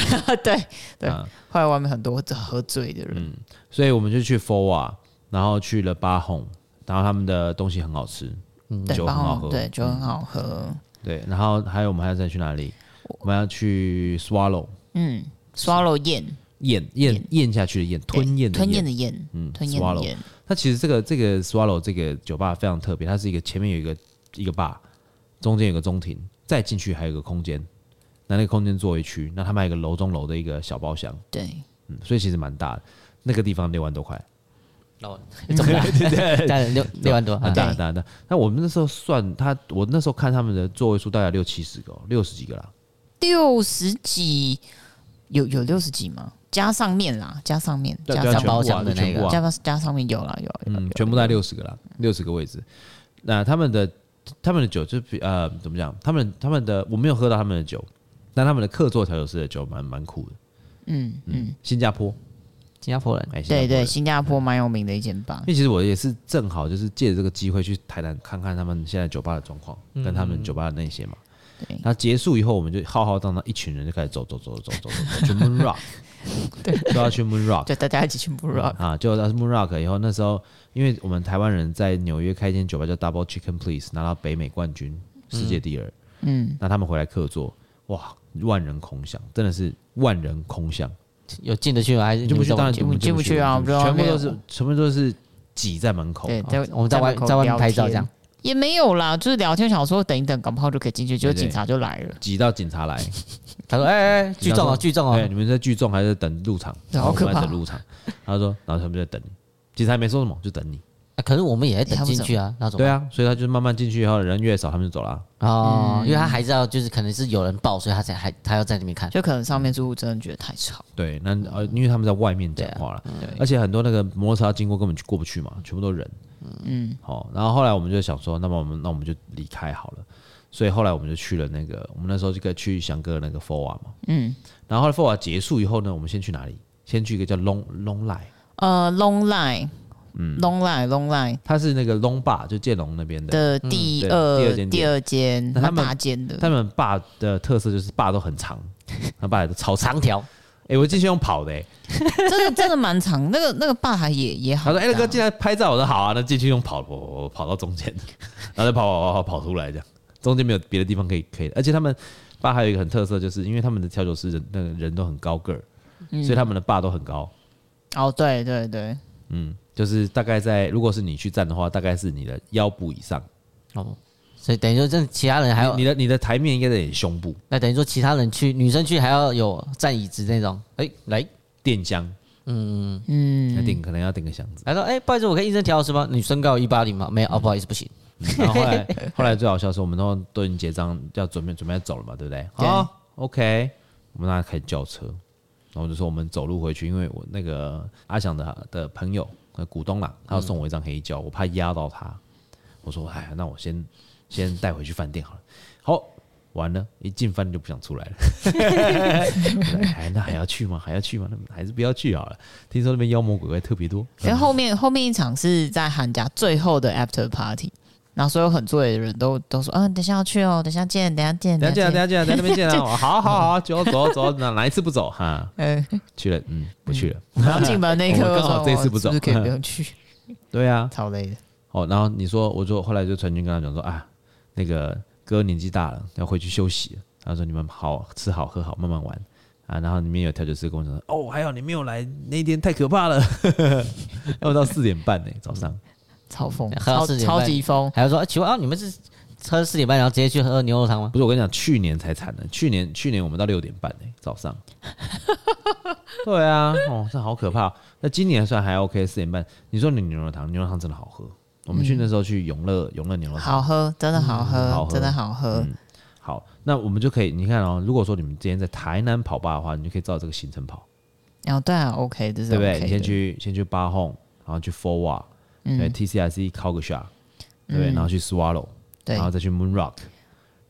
S3: 对对，后来外面很多喝醉的人，
S1: 所以我们就去 Fowa， 然后去了巴洪，然后他们的东西很好吃，酒很好喝，
S3: 对，酒很好喝，
S1: 对，然后还有我们还要再去哪里？我们要去 Swallow，Swallow 咽下去的咽，吞咽的
S3: 咽，吞咽的咽。
S1: 它其实这个 Swallow 这个酒吧非常特别，它是一个前面有一个bar，中间有个中庭，再进去还有一个空间，那个空间座位区，那他们还有一个楼中楼的一个小包厢，
S3: 对，
S1: 所以其实蛮大的，那个地方6万多块。
S2: 哦，这么大，6万多，
S1: 很大。那我们那时候算我那时候看他们的座位数大概60-70个，60几个啦
S3: ，60几，有60几吗？加上面啦，加上
S2: 包厢的那个，
S3: 加上面有啦，
S1: 全部大概60个啦，60个位置。那他们的酒就怎么讲？他们的我没有喝到他们的酒，但他们的客座调酒师的酒蛮酷的。新加坡人，
S3: 对，新加坡蛮有名的一间吧。
S1: 因为其实我也是正好就是借着这个机会去台南看看他们现在酒吧的状况，跟他们酒吧的那些嘛。对，那结束以后，我们就浩浩荡荡一群人就开始走，去 Moon Rock， 对，就要去 Moon Rock，
S3: 就大家一起去 Moon Rock
S1: 啊，就到 Moon Rock 以后，那时候因为我们台湾人在纽约开一间酒吧叫 Double Chicken Please， 拿到北美冠军，世界第2，那他们回来客座，哇，万人空巷，真的是万人空巷。
S2: 有进得去吗？还是
S1: 进不去？当然进
S3: 不去啊！
S1: 全部都是挤在门口。
S3: 对，
S2: 我们在外面拍照这样。
S3: 也没有啦，就是聊天，想说等一等，搞不好就可以进去，结果警察就来了，
S1: 挤到警察来，
S2: 他说：“聚众哦，
S1: 对，你们在聚众还是等入场？
S3: 好可怕，
S1: 等入场。”他说：“然后他们在等你，警察没说什么，就等你。”
S2: 可是我们也在等进去啊，那种。
S1: 对啊，所以他就慢慢进去以后，人越少，他们就走了。
S2: 哦，因为他还是要，就是可能是有人报，所以他要在那边看。
S3: 就可能上面住户真的觉得太吵。
S1: 对，那因为他们在外面讲话了，而且很多那个摩托车经过根本就过不去嘛，全部都人。好，然后后来我们就想说，那我们就离开好了。所以后来我们就去了那个，我们那时候就去翔哥的那个 Fowa 嘛。然后后来 Fowa 结束以后呢，我们先去哪里？先去一个叫 Long
S3: Line。Long Line，
S1: 它是那个 Long Bar， 就建龙那边
S3: 的第二间，蛮大间的。
S1: 他们 bar 的特色就是 bar 都很长，那 bar 都超
S2: 长条。
S1: 我进去用跑的，
S3: 真的蛮长。那个 bar 台也好。
S1: 他说：“那个进来拍照，我说好啊。”那进去用跑到中间，然后再跑出来，这样中间没有别的地方可以。而且他们 bar 还有一个很特色，就是因为他们的调酒师那个人都很高个儿，所以他们的 bar 都很高。
S3: 哦，对。
S1: 就是大概如果是你去站的话，大概是你的腰部以上。
S2: 哦，所以等于说，这其他人还有
S1: 你的台面应该在你胸部。
S2: 那等于说，其他人去女生去还要有站椅子那种。来
S1: 垫箱，可能要垫个箱子。
S2: 他说：“不好意思，我可以应征调酒师吗？你身高有180吗？没有，不好意思，不行。”
S1: 然后后来最好笑的是，我们都已经结账，要准备要走了嘛，对不对？好 ，OK， 我们那开始叫车，然后我就说我们走路回去，因为我那个阿翔的朋友。股东啦，他要送我一张黑胶，我怕压到他。我说：“那我先带回去饭店好了。”好，完了，一进饭店就不想出来了。那还要去吗？那还是不要去好了。听说那边妖魔鬼怪特别多。
S3: 因为后面一场是在韩家最后的 after party， 然后所有很醉的人都说：“等一下要去哦，等一下见，等一下见，在
S1: 那边见啊！”好，走，哪一次不走哈？去了，不去了。
S3: 然后进门那一刻，
S1: 刚好这一次不走，
S3: 是不是可以不用去？
S1: 对啊，
S3: 超累的。
S1: 然后你说，后来就传讯跟他讲说那个哥年纪大了，要回去休息了。他说你们好吃好喝好，慢慢玩啊。然后里面有调酒师跟我讲说：“还好你没有来，那一天太可怕了，要到4点半呢，早上。”
S3: 超疯，
S2: 超
S3: 级疯！
S2: 还要说，请问你们是喝4点半，然后直接去喝牛肉汤吗？
S1: 不是，我跟你讲，去年才惨的，去年我们到6点半早上。对啊，这好可怕。那今年算还 OK， 4点半。你说你牛肉汤真的好喝。我们去那时候去永乐牛肉汤，
S3: 好喝，真的好喝，真的好喝。
S1: 好，那我们就可以，你看如果说你们今天在台南跑吧的话，你就可以照这个行程跑。
S3: 对啊 ，OK， 这是
S1: 对不对？你先去巴洪，然后去 Fowa。对 TCIC 靠个 shot， 对不对？然后去 Swallow， 然后再去 Moon Rock，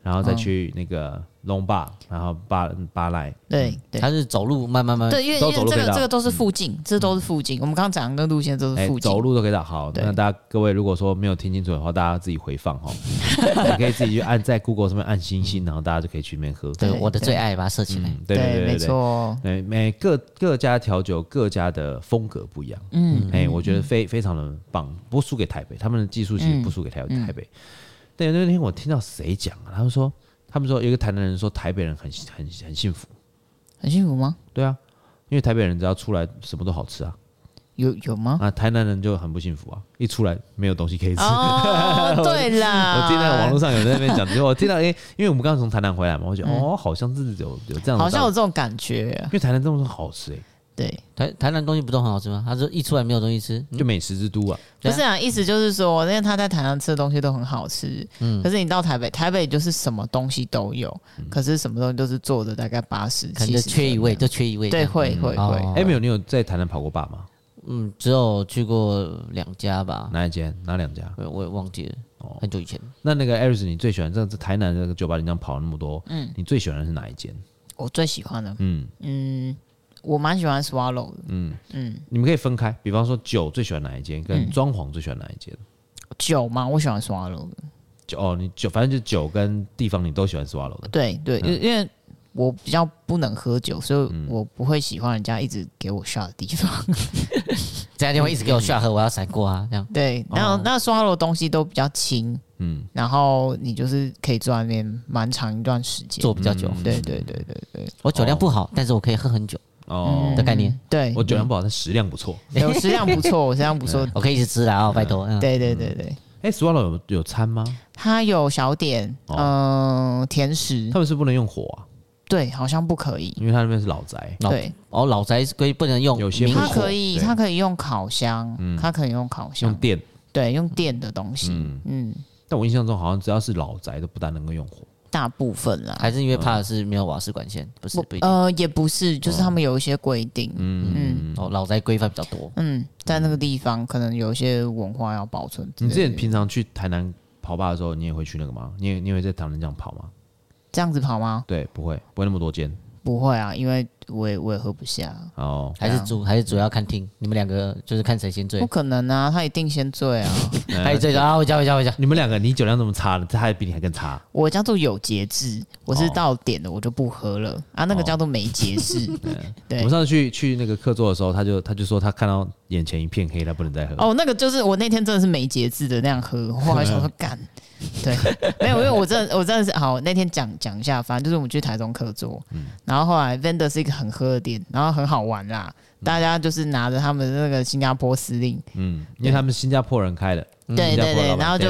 S1: 然后再去那个龙坝，然后巴赖。
S3: 对，
S2: 它是走路慢慢。
S3: 对，因为这个都是附近，这都是附近。我们刚刚讲的路线都是附近，
S1: 走路都可以到。好，那大家各位如果说没有听清楚的话，大家自己回放哈，你可以自己去在 Google 上面按星星，然后大家就可以去那边喝。
S2: 对，我的最爱，把它设起来。
S3: 对，没错。
S1: 对，各家调酒各家的风格不一样。我觉得非常的棒，不输给台北，他们的技术其实不输给台北。对，那天我听到谁讲啊？他们说有一个台南人说台北人很幸福，
S3: 很幸福吗？
S1: 对啊，因为台北人只要出来什么都好吃啊。
S3: 有吗？
S1: 啊，台南人就很不幸福啊，一出来没有东西可以吃。
S3: 哦，对啦，
S1: 我听到网络上有在那边讲，就我听到因为我们刚刚从台南回来嘛，我觉得好像是有这样，
S3: 好像有这种感觉，
S1: 因为台南东西好吃
S3: 对，
S2: 台南东西不都很好吃吗？他说一出来没有东西吃，
S1: 就美食之都啊。
S3: 不是啊，意思就是说，因为他在台南吃的东西都很好吃，可是你到台北就是什么东西都有，可是什么东西都是做的大概80%，
S2: 可能缺一味，就缺一味。
S3: 对，会。
S1: 没有，你有在台南跑过吧吗？
S2: 只有去过2家吧。
S1: 哪一间？哪2家？
S2: 我也忘记了，很久以前。
S1: 那个 Aris， 你最喜欢这台南这个酒吧，你这样跑了那么多，你最喜欢的是哪一间？
S3: 我最喜欢的，我蛮喜欢 Swallow 的。
S1: 你们可以分开，比方说酒最喜欢哪一间，跟装潢最喜欢哪一间？
S3: 酒吗？我喜欢 Swallow 的。
S1: 你酒反正就酒跟地方你都喜欢 Swallow 的。
S3: 对，因为我比较不能喝酒，所以我不会喜欢人家一直给我 shot 的地方。
S2: 这家店会一直给我 shot 喝，我要闪过啊，这样。
S3: 对，然后那 Swallow 的东西都比较轻，然后你就是可以坐在那边蛮长一段时间，
S2: 坐比较久。
S3: 对。
S2: 我酒量不好，但是我可以喝很久。的概念。
S3: 对，
S1: 我酒量不好，但食量不错。
S3: 有食量不错，我食量不错，
S2: 我可以一直吃啦，拜托。
S3: 对。
S1: Swallow 有餐吗？
S3: 它有小点，甜食。
S1: 他们是不能用火啊？
S3: 对，好像不可以，
S1: 因为它那边是老宅。
S3: 对，
S2: 老宅规不能用，
S1: 有些
S3: 它可以用烤箱，它可以用烤箱，
S1: 用电，
S3: 对，用电的东西。
S1: 但我印象中好像只要是老宅都不大能够用火。
S3: 大部分啦，
S2: 还是因为怕的是没有瓦斯管线，不是？
S3: 也不是，就是他们有一些规定。
S2: 老宅规范比较多。
S3: 在那个地方可能有一些文化要保存。
S1: 你之前平常去台南跑吧的时候，你也会去那个吗？你会在台南这样跑吗？
S3: 这样子跑吗？
S1: 对，不会那么多间。
S3: 不会啊，因为我也喝不下。
S2: 还是主要看听你们2个就是看谁先醉。
S3: 不可能啊，他一定先醉啊。
S2: 他一醉就回家。
S1: 你们2个，你酒量这么差了，他比你还更差。
S3: 我叫做有节制，我是到点了我就不喝了啊，那个叫做没节制。对，
S1: 我们上次去那个客座的时候，他就说他看到眼前一片黑，他不能再喝。
S3: 那个就是我那天真的是没节制的那样喝，我还想说干。对，没有，因为我真的是好。那天讲一下，反正就是我们去台中客座，然后后来 Vendor 是一个很喝的店，然后很好玩啦。大家就是拿着他们的那个新加坡司令，
S1: 因为他们新加坡人开的，
S3: 对，然后就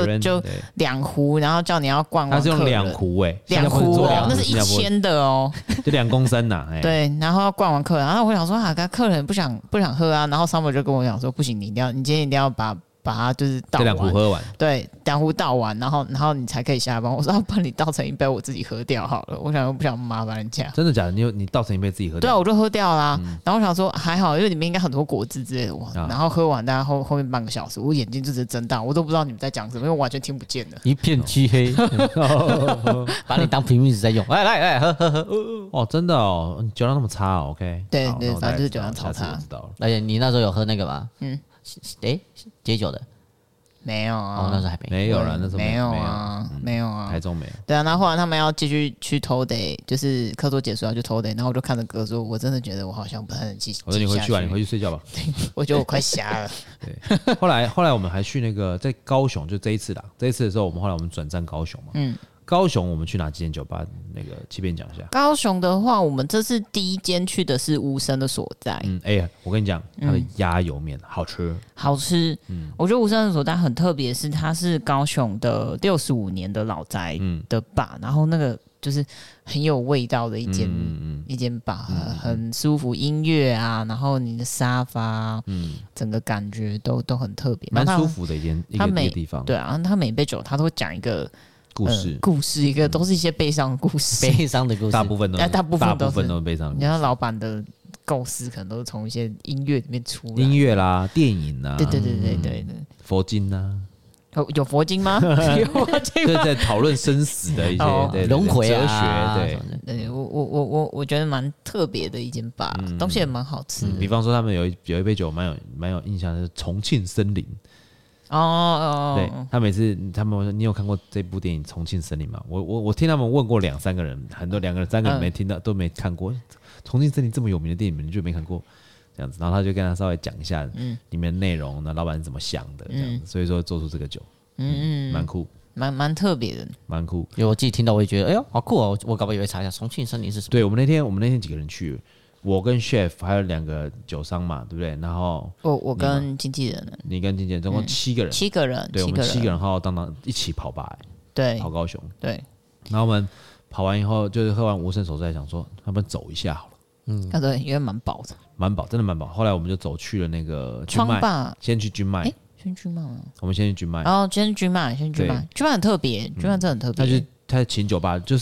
S3: 2壶，然后叫你要灌完客人，
S1: 他是用2壶
S3: 2壶那是1000的
S1: 就2公升呐，
S3: 对，然后要灌完客人，然后我想说客人不想喝啊，然后 Summer 就跟我讲说，不行，你今天一定要把它就是倒完，
S1: 这2壶喝完，
S3: 对，2壶倒完，然后你才可以下班。我说要不然你倒成一杯，我自己喝掉好了。我不想麻烦人家。
S1: 真的假的？你倒成一杯自己喝掉？
S3: 对啊，我就喝掉啦。然后我想说还好，因为里面应该很多果汁之类的。然后喝完，大概后面半个小时，我眼睛就直接睁大，我都不知道你们在讲什么，因为我完全听不见了，
S2: 一片漆黑，把你当平面纸在用。来
S1: 喝。真的你酒量那么差？OK。
S3: 对，反正就是酒量超差。
S1: 知道了。
S2: 而且你那时候有喝那个吗？解酒的。
S3: 没有啊，
S2: 那时候还
S1: 没有了，那时候
S3: 没有啊，
S1: 台中没有。
S3: 对啊，然后后来他们要继续去偷得，就是课桌结束要去偷得，然后我就看着哥说，我真的觉得我好像不太能继续。
S1: 我说你回去吧，你回去睡觉吧。
S3: 我觉得我快瞎了。
S1: 对，后来我们还去那个在高雄，就这一次的时候，后来我们转战高雄嘛。高雄我们去哪几间酒吧？那个七边讲一下。
S3: 高雄的话，我们这次第一间去的是无声的所在。
S1: 我跟你讲，它的鸭油面好吃。
S3: 我觉得无声的所在很特别，是它是高雄的65年的老宅的吧，然后那个就是很有味道的一间吧，很舒服，音乐啊，然后你的沙发，整个感觉都很特别，
S1: 蛮舒服的一个地方。
S3: 对啊，他每杯酒他都会讲一个。
S1: 故事
S3: 一个都是一些悲伤的故事，
S1: 大部分都是悲伤的。
S3: 你看老板的构思可能都是从一些音乐里面出来，
S1: 音乐啦、电影啊，
S3: 对，
S1: 佛经啊，
S3: 有佛经吗？有佛经
S1: 吗？在讨论生死的一些
S2: 轮回
S1: 哲学，
S3: 对，我觉得蛮特别的一间吧，东西也蛮好吃。
S1: 比方说他们有一杯酒蛮有印象的是重庆森林。对，他每次他们说你有看过这部电影《重庆森林》吗？我听他们问过2-3个人，很多2个人3个人没听到，都没看过。重庆森林这么有名的电影，你们就没看过这样子？然后他就跟他稍微讲一下里面的内容，那老板是怎么想的这样子，所以说做出这个酒，蛮酷，
S3: 蛮特别的，
S1: 蛮酷。
S2: 因为我自己听到我也觉得，哎呦，好酷哦！我搞不好也会查一下重庆森林是什么。
S1: 对，我们那天几个人去。我跟 chef 还有2个酒商嘛，对不对？然后
S3: 我跟经纪人，
S1: 你跟经纪人，总共7个人
S3: ，7个人，
S1: 对，我们7个人浩浩荡荡一起跑吧，
S3: 对，
S1: 跑高雄，
S3: 对。
S1: 然后我们跑完以后，就是喝完无声手在想说，要不然走一下好了。
S3: 对，因为蛮饱的，
S1: 蛮饱，真的蛮饱。后来我们就走去了那个
S3: 川爸，
S1: 先去军麦，
S3: 先军麦吗？
S1: 我们先去军麦，
S3: 然后先军麦，军麦很特别，军麦真的很特别。
S1: 它是琴酒吧，就是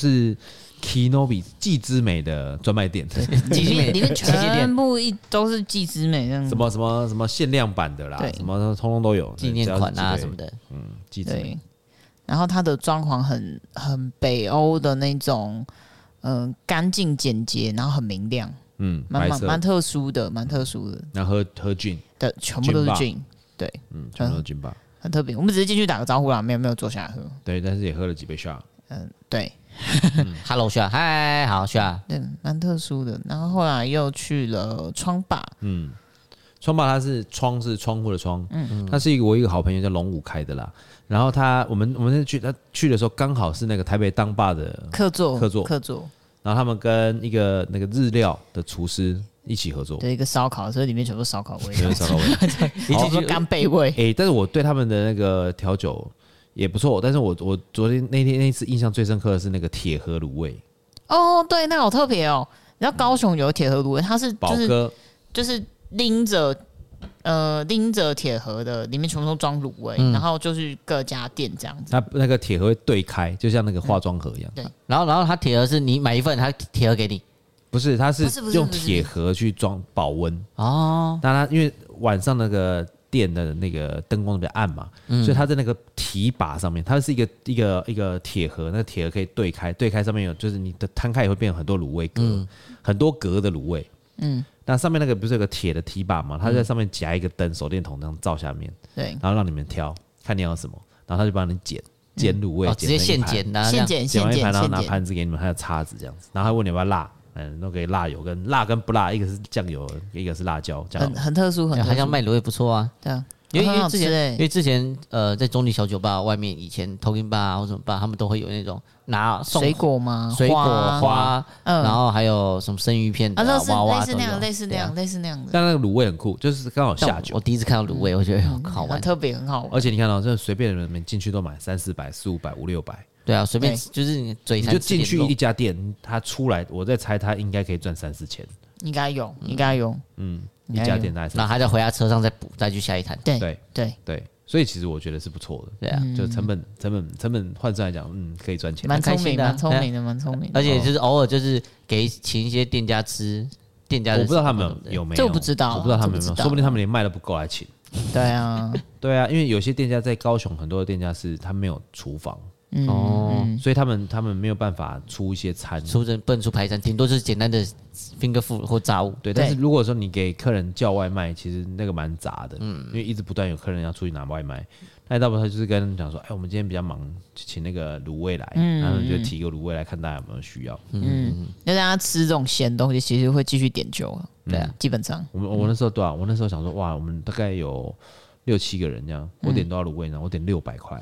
S1: Kinobi 季之美的专卖店，
S3: 里面全部都是季之美，
S1: 什么限量版的啦，什么通通都有，
S2: 纪念款啊什么的，
S1: 季之美。
S3: 然后它的装潢很北欧的那种，干净简洁，然后很明亮，蛮特殊的，蛮特殊的。
S1: 然后喝 gin
S3: 的，全部都是 gin，对，
S1: 全部都是 gin 吧，
S3: 很特别。我们只是进去打个招呼啦，没有坐下来喝。
S1: 对，但是也喝了几杯 shot。
S3: 对
S2: ，Hello shot，嗨，好 shot，
S3: 对，蛮特殊的。然后后来又去了窗坝，
S1: 窗坝它是窗户的窗，它是我一个好朋友叫龙武开的啦。然后我们去的时候刚好是那个台北当爸的
S3: 客座，
S1: 然后他们跟一个那个日料的厨师一起合作，
S3: 对，一个烧烤，所以里面全部烧烤味，
S1: 烧烤味，
S3: 以及干贝味。
S1: 但是我对他们的那个调酒也不错，但是我昨天那一次印象最深刻的是那个铁盒卤味。
S3: 哦，对，那好特别哦。你知道高雄有铁盒卤味，它是
S1: 宝哥
S3: 就是拎着铁盒的，里面全部都装卤味，然后就是各家店这样子。
S1: 它那个铁盒会对开，就像那个化妆盒一样。
S3: 对，
S2: 然后它铁盒是你买一份，它铁盒给你。
S1: 不是，它是用铁盒去装保温哦。但它因为晚上那个店的那个灯光比较暗嘛，所以它在那个提把上面，它是一个铁盒，那个铁盒可以对开，对开上面有就是你的摊开也会变成很多卤味格，很多格的卤味。那上面那个不是有个铁的提把嘛？它在上面夹一个灯，手电筒这样照下面，
S3: 对，
S1: 然后让你们挑，看你要什么，然后他就帮你剪卤味，
S2: 直接现剪的，
S1: 剪完一盘，然后拿盘子给你们，还有叉子这样子，然后还问你要不要辣。都可以辣油跟不辣，一个是酱油，一个是辣椒，
S3: 很特殊，
S2: 好像卖卤味不错啊。
S3: 对啊，
S2: 因为之前在中立小酒吧外面，以前投影吧或什么吧，他们都会有那种拿
S3: 水果吗？
S2: 水果花，然后还有什么生鱼片、娃娃，
S3: 类似那样的。
S1: 但那个卤味很酷，就是刚好下酒。
S2: 我第一次看到卤味，我觉得很好玩，
S3: 很特别，很好玩。
S1: 而且你看到这随便的人进去都买300-400、400-500、600。
S2: 对啊，随便就是你嘴馋，
S1: 你就进去一家店，他出来，我在猜他应该可以赚3-4千，
S3: 应该有，一
S1: 家店大概，
S2: 然后他再回他车上再去下一摊，
S3: 对，
S1: 所以其实我觉得是不错的，
S2: 对啊，
S1: 就成本换算来讲，可以赚钱，
S3: 蛮聪明的，蛮聪明的，
S2: 而且就是偶尔就是请一些店家吃，我
S1: 不知道他们有没有，
S3: 这我不知道
S1: 他们有没有，说不定他们连卖都不够来请，
S3: 对啊，
S1: 因为有些店家在高雄，很多的店家是他没有厨房。所以他们没有办法出一些餐，
S2: 不能出排餐，顶多就是简单的 finger food 或炸物。
S1: 对，但是如果说你给客人叫外卖，其实那个蛮杂的，因为一直不断有客人要出去拿外卖，那大部分他就是跟人讲说，我们今天比较忙，请那个卤味来，然后就提个卤味来看大家有没有需要。
S3: 那大家吃这种咸东西，其实会继续点酒啊。对啊，基本上。
S1: 我那时候多少？我那时候想说，哇，我们大概有6-7个人这样，我点多少卤味呢？我点600块，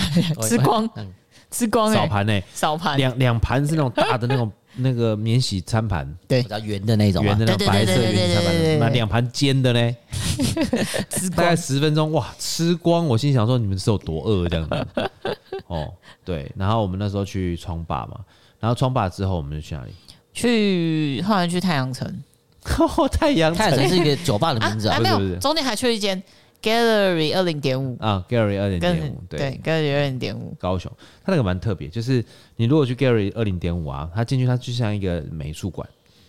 S3: 吃光
S1: 少盘
S3: 少盘
S1: 两盘是那种大的那个免洗餐盘，
S3: 对，
S2: 比较圆的那种
S1: 白色圆形餐盘，那2盘煎的呢，大概10分钟，哇，吃光！我心想说你们是有多饿这样子。对，然后我们那时候去窗坝嘛，然后窗坝之后我们就去哪里？
S3: 后来去太阳城。
S1: 太阳
S2: 城是一个酒吧的名字啊，
S3: 没有，中间还去一间。Gallery 20.5
S1: 啊 ，Gallery 2.5，
S3: 对 ，Gallery 2.5，
S1: 高雄，它那个蛮特别，就是你如果去 Gallery 20.5啊，它进去它就像一个美术馆，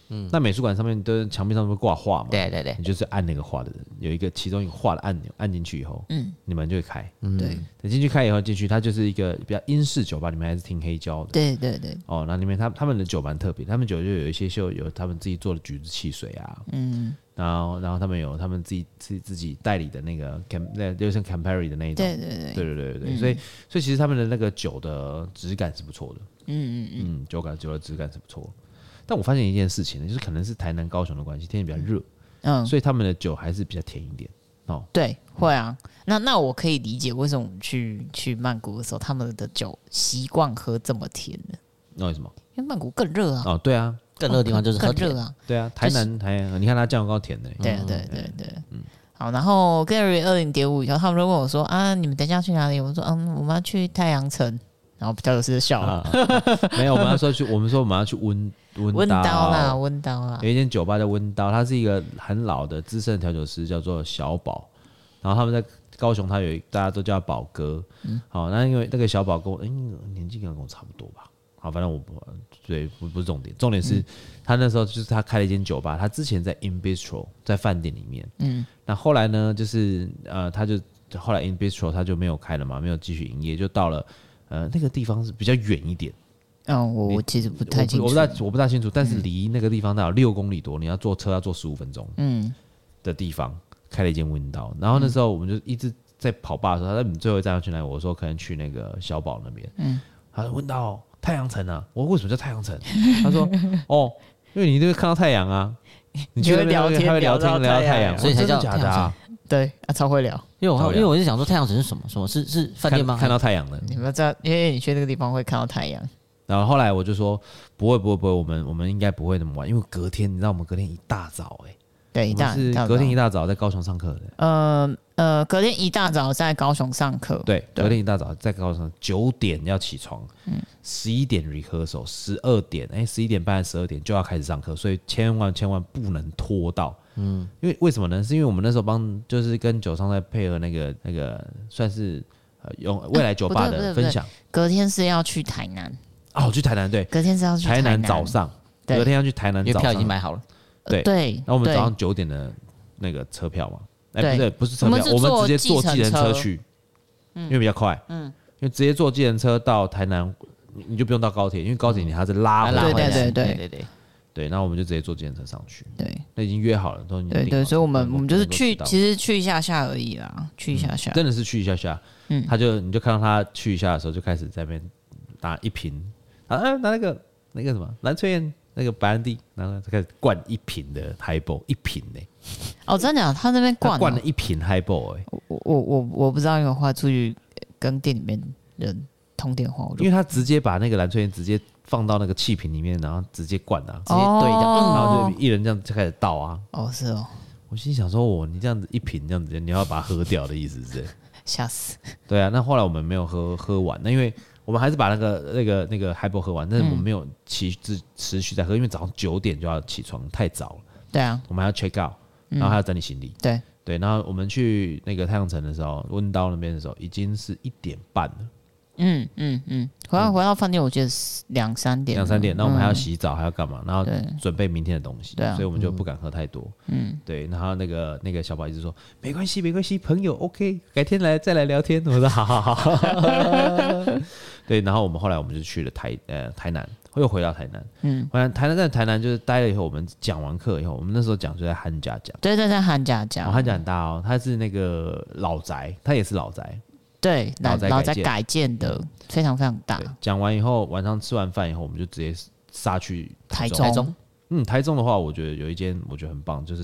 S1: 那美术馆上面的墙壁上会挂画嘛？
S2: 对对对，
S1: 你就是按那个画的，有一个其中一个画的按钮，按进去以后，你们就会开。
S3: 对，
S1: 等进去开以后进去，它就是一个比较英式酒吧，里面还是听黑胶的。
S3: 对对对。
S1: 哦，那里面他们的酒蛮特别，他们酒就有一些有他们自己做的橘子汽水啊，然后他们有他们自己代理的那个就像 Campari 的那一种。对，所以其实他们的那个酒的质感是不错的。酒的质感是不错。但我发现一件事情呢，就是可能是台南、高雄的关系，天气比较热，所以他们的酒还是比较甜一点。哦，
S3: 对，会啊。那我可以理解为什么我们去曼谷的时候，他们的酒习惯喝这么甜的。
S1: 那为什么？
S3: 因为曼谷更热啊。
S1: 哦，对啊，
S2: 更热的地方就是喝甜
S3: 更热啊。
S1: 对啊，台南，你看它酱油膏甜的。
S3: 对。好，然后 Gary 20.5以后，他们就问我说啊，你们等一下去哪里？我说我们要去太阳城。然后比较有事笑了，
S1: 没有，我们说我们要去温刀
S3: 啦，
S1: 有一间酒吧叫温刀，他是一个很老的资深调酒师，叫做小宝。然后他们在高雄，大家都叫他宝哥。好，那因为那个小宝跟我年纪跟我差不多吧。好，反正我不是重点，重点是他那时候就是他开了一间酒吧，他之前在 In Bistro 在饭店里面，那后来呢，就是他就后来 In Bistro 他就没有开了嘛，没有继续营业，就到了。那个地方是比较远一点。
S3: 我其实不太清楚，
S1: 我不大清楚，但是离那个地方大概有6公里多，你要坐车要坐15分钟。的地方开了一间温刀，然后那时候我们就一直在跑吧的时候，他说你最后一站要去哪里？我说可能去那个小宝那边。他说温刀太阳城啊，我说为什么叫太阳城？他说因为你就会看到太阳啊，你去那边还会聊天聊到太阳，
S2: 所以才叫
S1: 假的啊。
S3: 对啊，超会聊。
S2: 因为我是想说太阳城是什么是饭店吗？
S1: 看到太阳的，
S3: 你们知道，因为你去那个地方会看到太阳。
S1: 然后后来我就说不会，我们应该不会那么晚，因为隔天你知道我们隔天一大早
S3: 对，
S1: 隔天一大早在高雄上课
S3: 的。隔天一大早在高雄上课。
S1: 对，隔天一大早在高雄9点要起床，11点 rehearsal，12点11点半12点就要开始上课，所以千万不能拖到。因为为什么呢？是因为我们那时候就是跟酒商在配合那个算是用未来酒吧的分享。
S3: 隔天是要去台南。
S1: 去台南，对，
S3: 隔天是要去
S1: 台南早上，隔天要去台南早上，
S2: 因为票已经买好了。
S3: 对，
S1: 然后我们早上9点的那个车票嘛，不是车票，
S3: 我
S1: 们直接坐计程车去，因为比较快，因为直接坐计程车到台南，你就不用到高铁，因为高铁你还是拉回来。对，然后我们就直接坐计程车上去。
S3: 对，
S1: 那已经约好了，都已经订好。
S3: 对，所以我们就是其实去一下下而已啦，去一下下，
S1: 真的是去一下下。你就看到他去一下的时候，就开始在那边拿一瓶拿那个什么蓝翠燕那个白兰地，然后就开始灌1瓶的 Highball， 1瓶
S3: 真的啊，他那边灌
S1: 了1瓶 Highball。
S3: 我不知道，因为我后来出去跟店里面人通电话，
S1: 因为他直接把那个蓝翠燕直接放到那个气瓶里面，然后直接灌啊，
S2: 直接对这样，
S1: 然后就一人这样就开始倒啊。
S3: 是哦。
S1: 我心想说，你这样子1瓶这样子，你要把它喝掉的意思是？
S3: 吓死。
S1: 对啊，那后来我们没有喝完，那因为我们还是把那个 Highball 喝完，但是我们没有持续在喝，因为早上9点就要起床，太早了。
S3: 对啊，
S1: 我们还要 check out，然后还要整理行李。对，然后我们去那个太阳城的时候，温刀那边的时候，已经是1点半了。
S3: 回到饭店，我记得2-3点。
S1: 2-3点，那我们还要洗澡，还要干嘛？然后准备明天的东西，所以我们就不敢喝太多。对，然后那个小宝一直说没关系，朋友 OK， 改天再来聊天。我说好。对，然后后来我们就去了台南，又回到台南。回来台南就是待了以后，我们讲完课以后，我们那时候讲就在汉家讲。
S3: 对，在汉家讲。
S1: 汉家很大哦，它是那个老宅，它也是老宅。
S3: 对，老宅改建的，非常非常大。
S1: 讲完以后，晚上吃完饭以后，我们就直接杀去台
S2: 中。
S1: 台中的话，我觉得有一间我觉得很棒，就是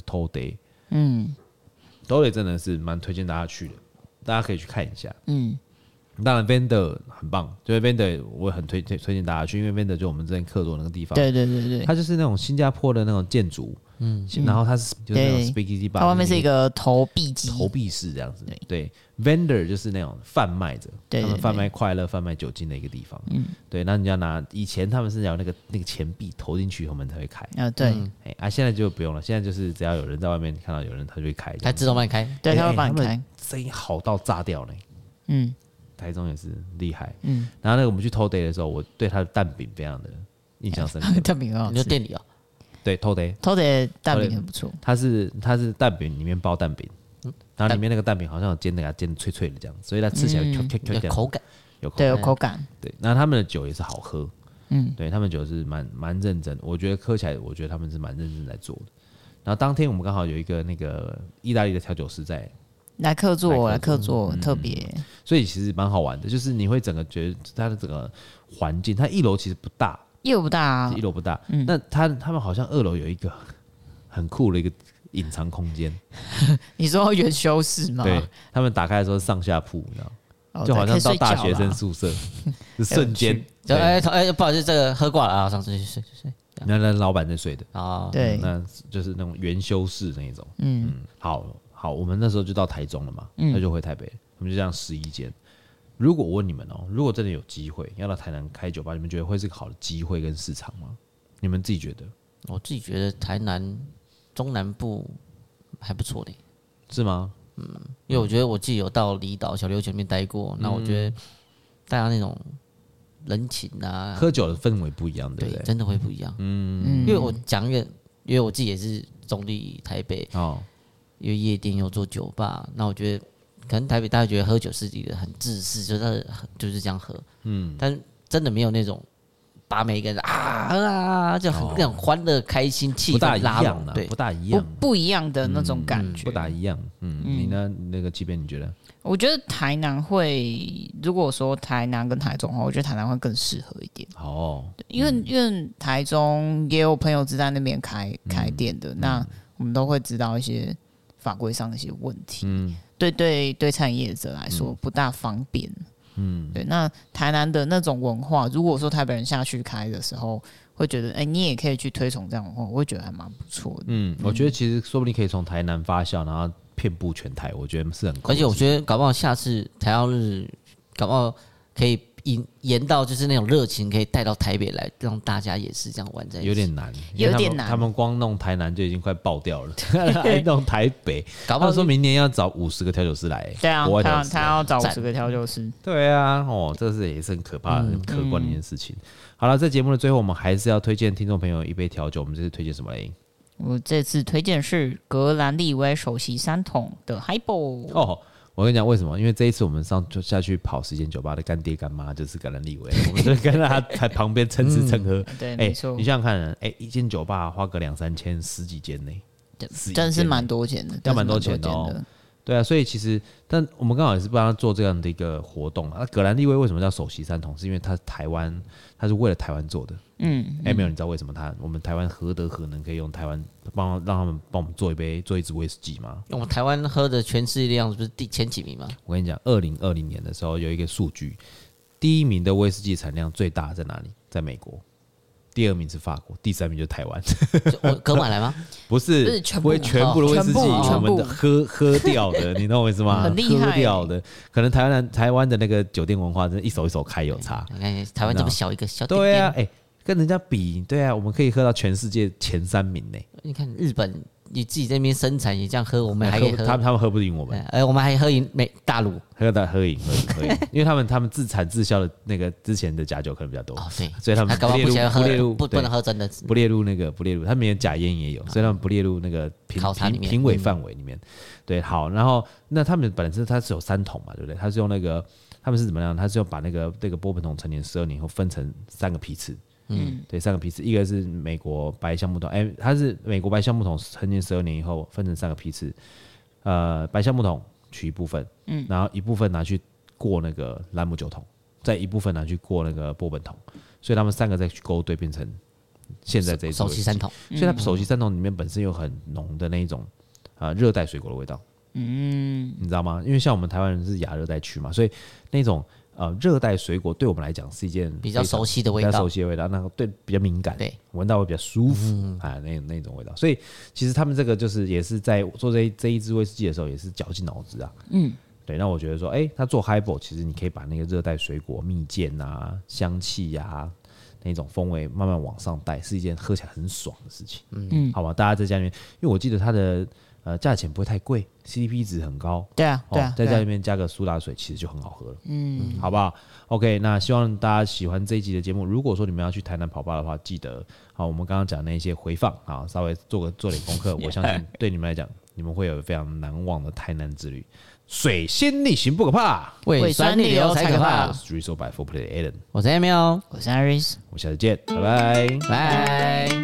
S1: Today。Today 真的是蛮推荐大家去的，大家可以去看一下。当然 Vendor 很棒，就是 Vendor 我很推荐大家去，因为 Vendor 就我们之前客座那个地方。
S3: 对，
S1: 它就是那种新加坡的那种建筑。然后它是就是那种 speakeasy bar，
S3: 它外面是一个投币机，
S1: 投币式这样子。对 ，vendor 就是那种贩卖者，他们贩卖快乐、贩卖酒精的一个地方。对，那你要拿以前他们是要那个钱币投进去以后门才会开。
S3: 对，
S1: 现在就不用了，现在就是只要有人在外面看到有人，他就会开，
S2: 它自动帮你开。
S3: 对，它会帮你开，
S1: 声音好到炸掉呢。台中也是厉害。然后我们去偷 day 的时候，我对他的蛋饼非常的印象深刻。
S3: 蛋饼啊，
S2: 你就店里
S1: 对，偷的
S3: 蛋饼很不错。
S1: 它是蛋饼里面包蛋饼，然后里面那个蛋饼好像有煎的，给它煎的脆脆的这样，所以它吃起来
S2: 有口感，
S3: 有口感。
S1: 对，那他们的酒也是好喝，对他们酒是蛮认真，我觉得喝起来，我觉得他们是蛮认真在做的。然后当天我们刚好有一个那个意大利的调酒师在
S3: 来客座，特别，
S1: 所以其实蛮好玩的，就是你会整个觉得它的整个环境，它1楼其实不大。
S3: 一楼不大啊
S1: ，1楼不大。那他们好像2楼有一个很酷的一个隐藏空间。
S3: 你说元修室吗？
S1: 对，他们打开的时候是上下铺，你知道，就好像到大学生宿舍，是瞬间。
S2: 不好意思，这个喝挂了啊，上次去睡。
S1: 那老板在睡的
S3: 啊，对，
S1: 那就是那种元修室那一种。好，我们那时候就到台中了嘛，那就回台北，我们就这样11间。如果我问你们如果真的有机会要到台南开酒吧，你们觉得会是个好的机会跟市场吗？你们自己觉得？
S2: 我自己觉得台南中南部还不错的，
S1: 是吗？
S2: 因为我觉得我自己有到离岛小琉球那边待过，那我觉得大家那种人情啊，
S1: 喝酒的氛围不一样，对不对？
S2: 真的会不一样。因为我讲因为我自己也是中立台北因为夜店又做酒吧，那我觉得。可能台北大家觉得喝酒是一个很自私，就是这样喝，但真的没有那种把每个人就很那种欢乐开心气氛拉拢，对，
S1: 不大一样，
S3: 不一样的那种感觉，
S1: 不大一样。你呢？那个即便你觉得？
S3: 我觉得台南会，如果说台南跟台中的话，我觉得台南会更适合一点。因为台中也有朋友是在那边开店的，那我们都会知道一些法规上的一些问题。对餐饮业者来说不大方便。对。那台南的那种文化，如果说台北人下去开的时候，会觉得，你也可以去推崇这样的文化，我会觉得还蛮不错的。
S1: 我觉得其实说不定可以从台南发酵，然后遍布全台，我觉得是很酷。
S2: 而且我觉得搞不好下次台澳日，搞不好可以延到就是那种热情可以带到台北来，让大家也是这样玩在一起。
S1: 有点难，他们光弄台南就已经快爆掉了，还弄台北，搞不好说明年要找50个调酒师来。
S3: 对啊，他要找50个调酒师。
S1: 对啊，这是也是很可怕、很可观的一件事情。好了，在节目的最后，我们还是要推荐听众朋友一杯调酒。我们这次推荐什么嘞？
S3: 我这次推荐是格兰利威首席3桶的 Highball。
S1: 我跟你讲为什么？因为这一次我们就下去跑10间酒吧的干爹干妈就是格兰利威，我们就跟他在旁边蹭吃蹭喝。
S3: 对，没错。
S1: 你想想看，一间酒吧花个2-3千，10几间呢，
S3: 真的是蛮多钱的，
S1: 要蛮多钱的哦。对啊，所以其实，但我们刚好也是帮他做这样的一个活动啊。格兰利威为什么叫首席3桶？是因为他是为了台湾做的。没有，你知道为什么我们台湾何德何能可以用台湾让他们帮我们做一支威士忌吗？
S2: 我们台湾喝的全世界量不是前几名吗？
S1: 我跟你讲，2020年的时候有一个数据，第1名的威士忌产量最大在哪里？在美国。第2名是法国，第3名就是台湾。
S2: 格马来吗？
S1: 不是，不会全部的威士忌，我们的喝掉的，你懂我意思吗？
S3: 很厉害，
S1: 喝掉的，可能台湾的那个酒店文化真的一手一手开有差。
S2: 你看台湾这么小一个小店，
S1: 对啊，跟人家比，对啊，我们可以喝到全世界前3名呢。
S2: 你看日本，你自己在那边生产，也这样喝，我们还可以喝，
S1: 他们喝不赢我们，
S2: 我们还喝赢大陆，
S1: 喝赢，因为他们自产自销的那个之前的假酒可能比较多，
S2: 对，
S1: 所以他们不列入
S2: 不能喝真的，
S1: 不列入，他们连假烟也有，所以他们不列入那个评委范围里面。对，好，然后那他们本身它是有3桶嘛，对不对？他是用他们是怎么样？他是用把那个波本桶陈年12年后分成3个批次。对，3个批次，一个是美国白橡木桶，它是美国白橡木桶陈年12年以后分成3个批次，白橡木桶取一部分，然后一部分拿去过那个兰姆酒桶，再一部分拿去过那个波本桶，所以他们3个再去勾兑变成现在这一支
S2: 首席3桶，
S1: 所以它首席3桶里面本身有很浓的那一种热带水果的味道，你知道吗？因为像我们台湾人是亚热带区嘛，所以那种热带水果对我们来讲是一件
S2: 比较熟悉的味道，
S1: 那个对比较敏感，对，闻到会比较舒服那种味道。所以其实他们这个就是也是在做这一支威士忌的时候，也是绞尽脑汁啊。对，那我觉得说，他做 Highball， 其实你可以把那个热带水果、蜜饯啊、香气啊那种风味慢慢往上带，是一件喝起来很爽的事情。好吧，大家在家里面，因为我记得它的价钱不会太贵 ，CP 值很高。
S3: 对啊，对啊，
S1: 在家里面加个苏打水，其实就很好喝了。好不好 ？OK， 那希望大家喜欢这一集的节目。如果说你们要去台南跑吧的话，记得我们刚刚讲那些回放稍微做点功课，我相信对你们来讲，你们会有非常难忘的台南之旅。水仙逆行不可怕，
S2: 胃酸逆流才可怕。
S1: 我是 Drizzle by 4Play 的 Alan，
S2: 我是 Emil，
S3: 我是 Iris，
S1: 我们下次见，拜拜，
S2: 拜。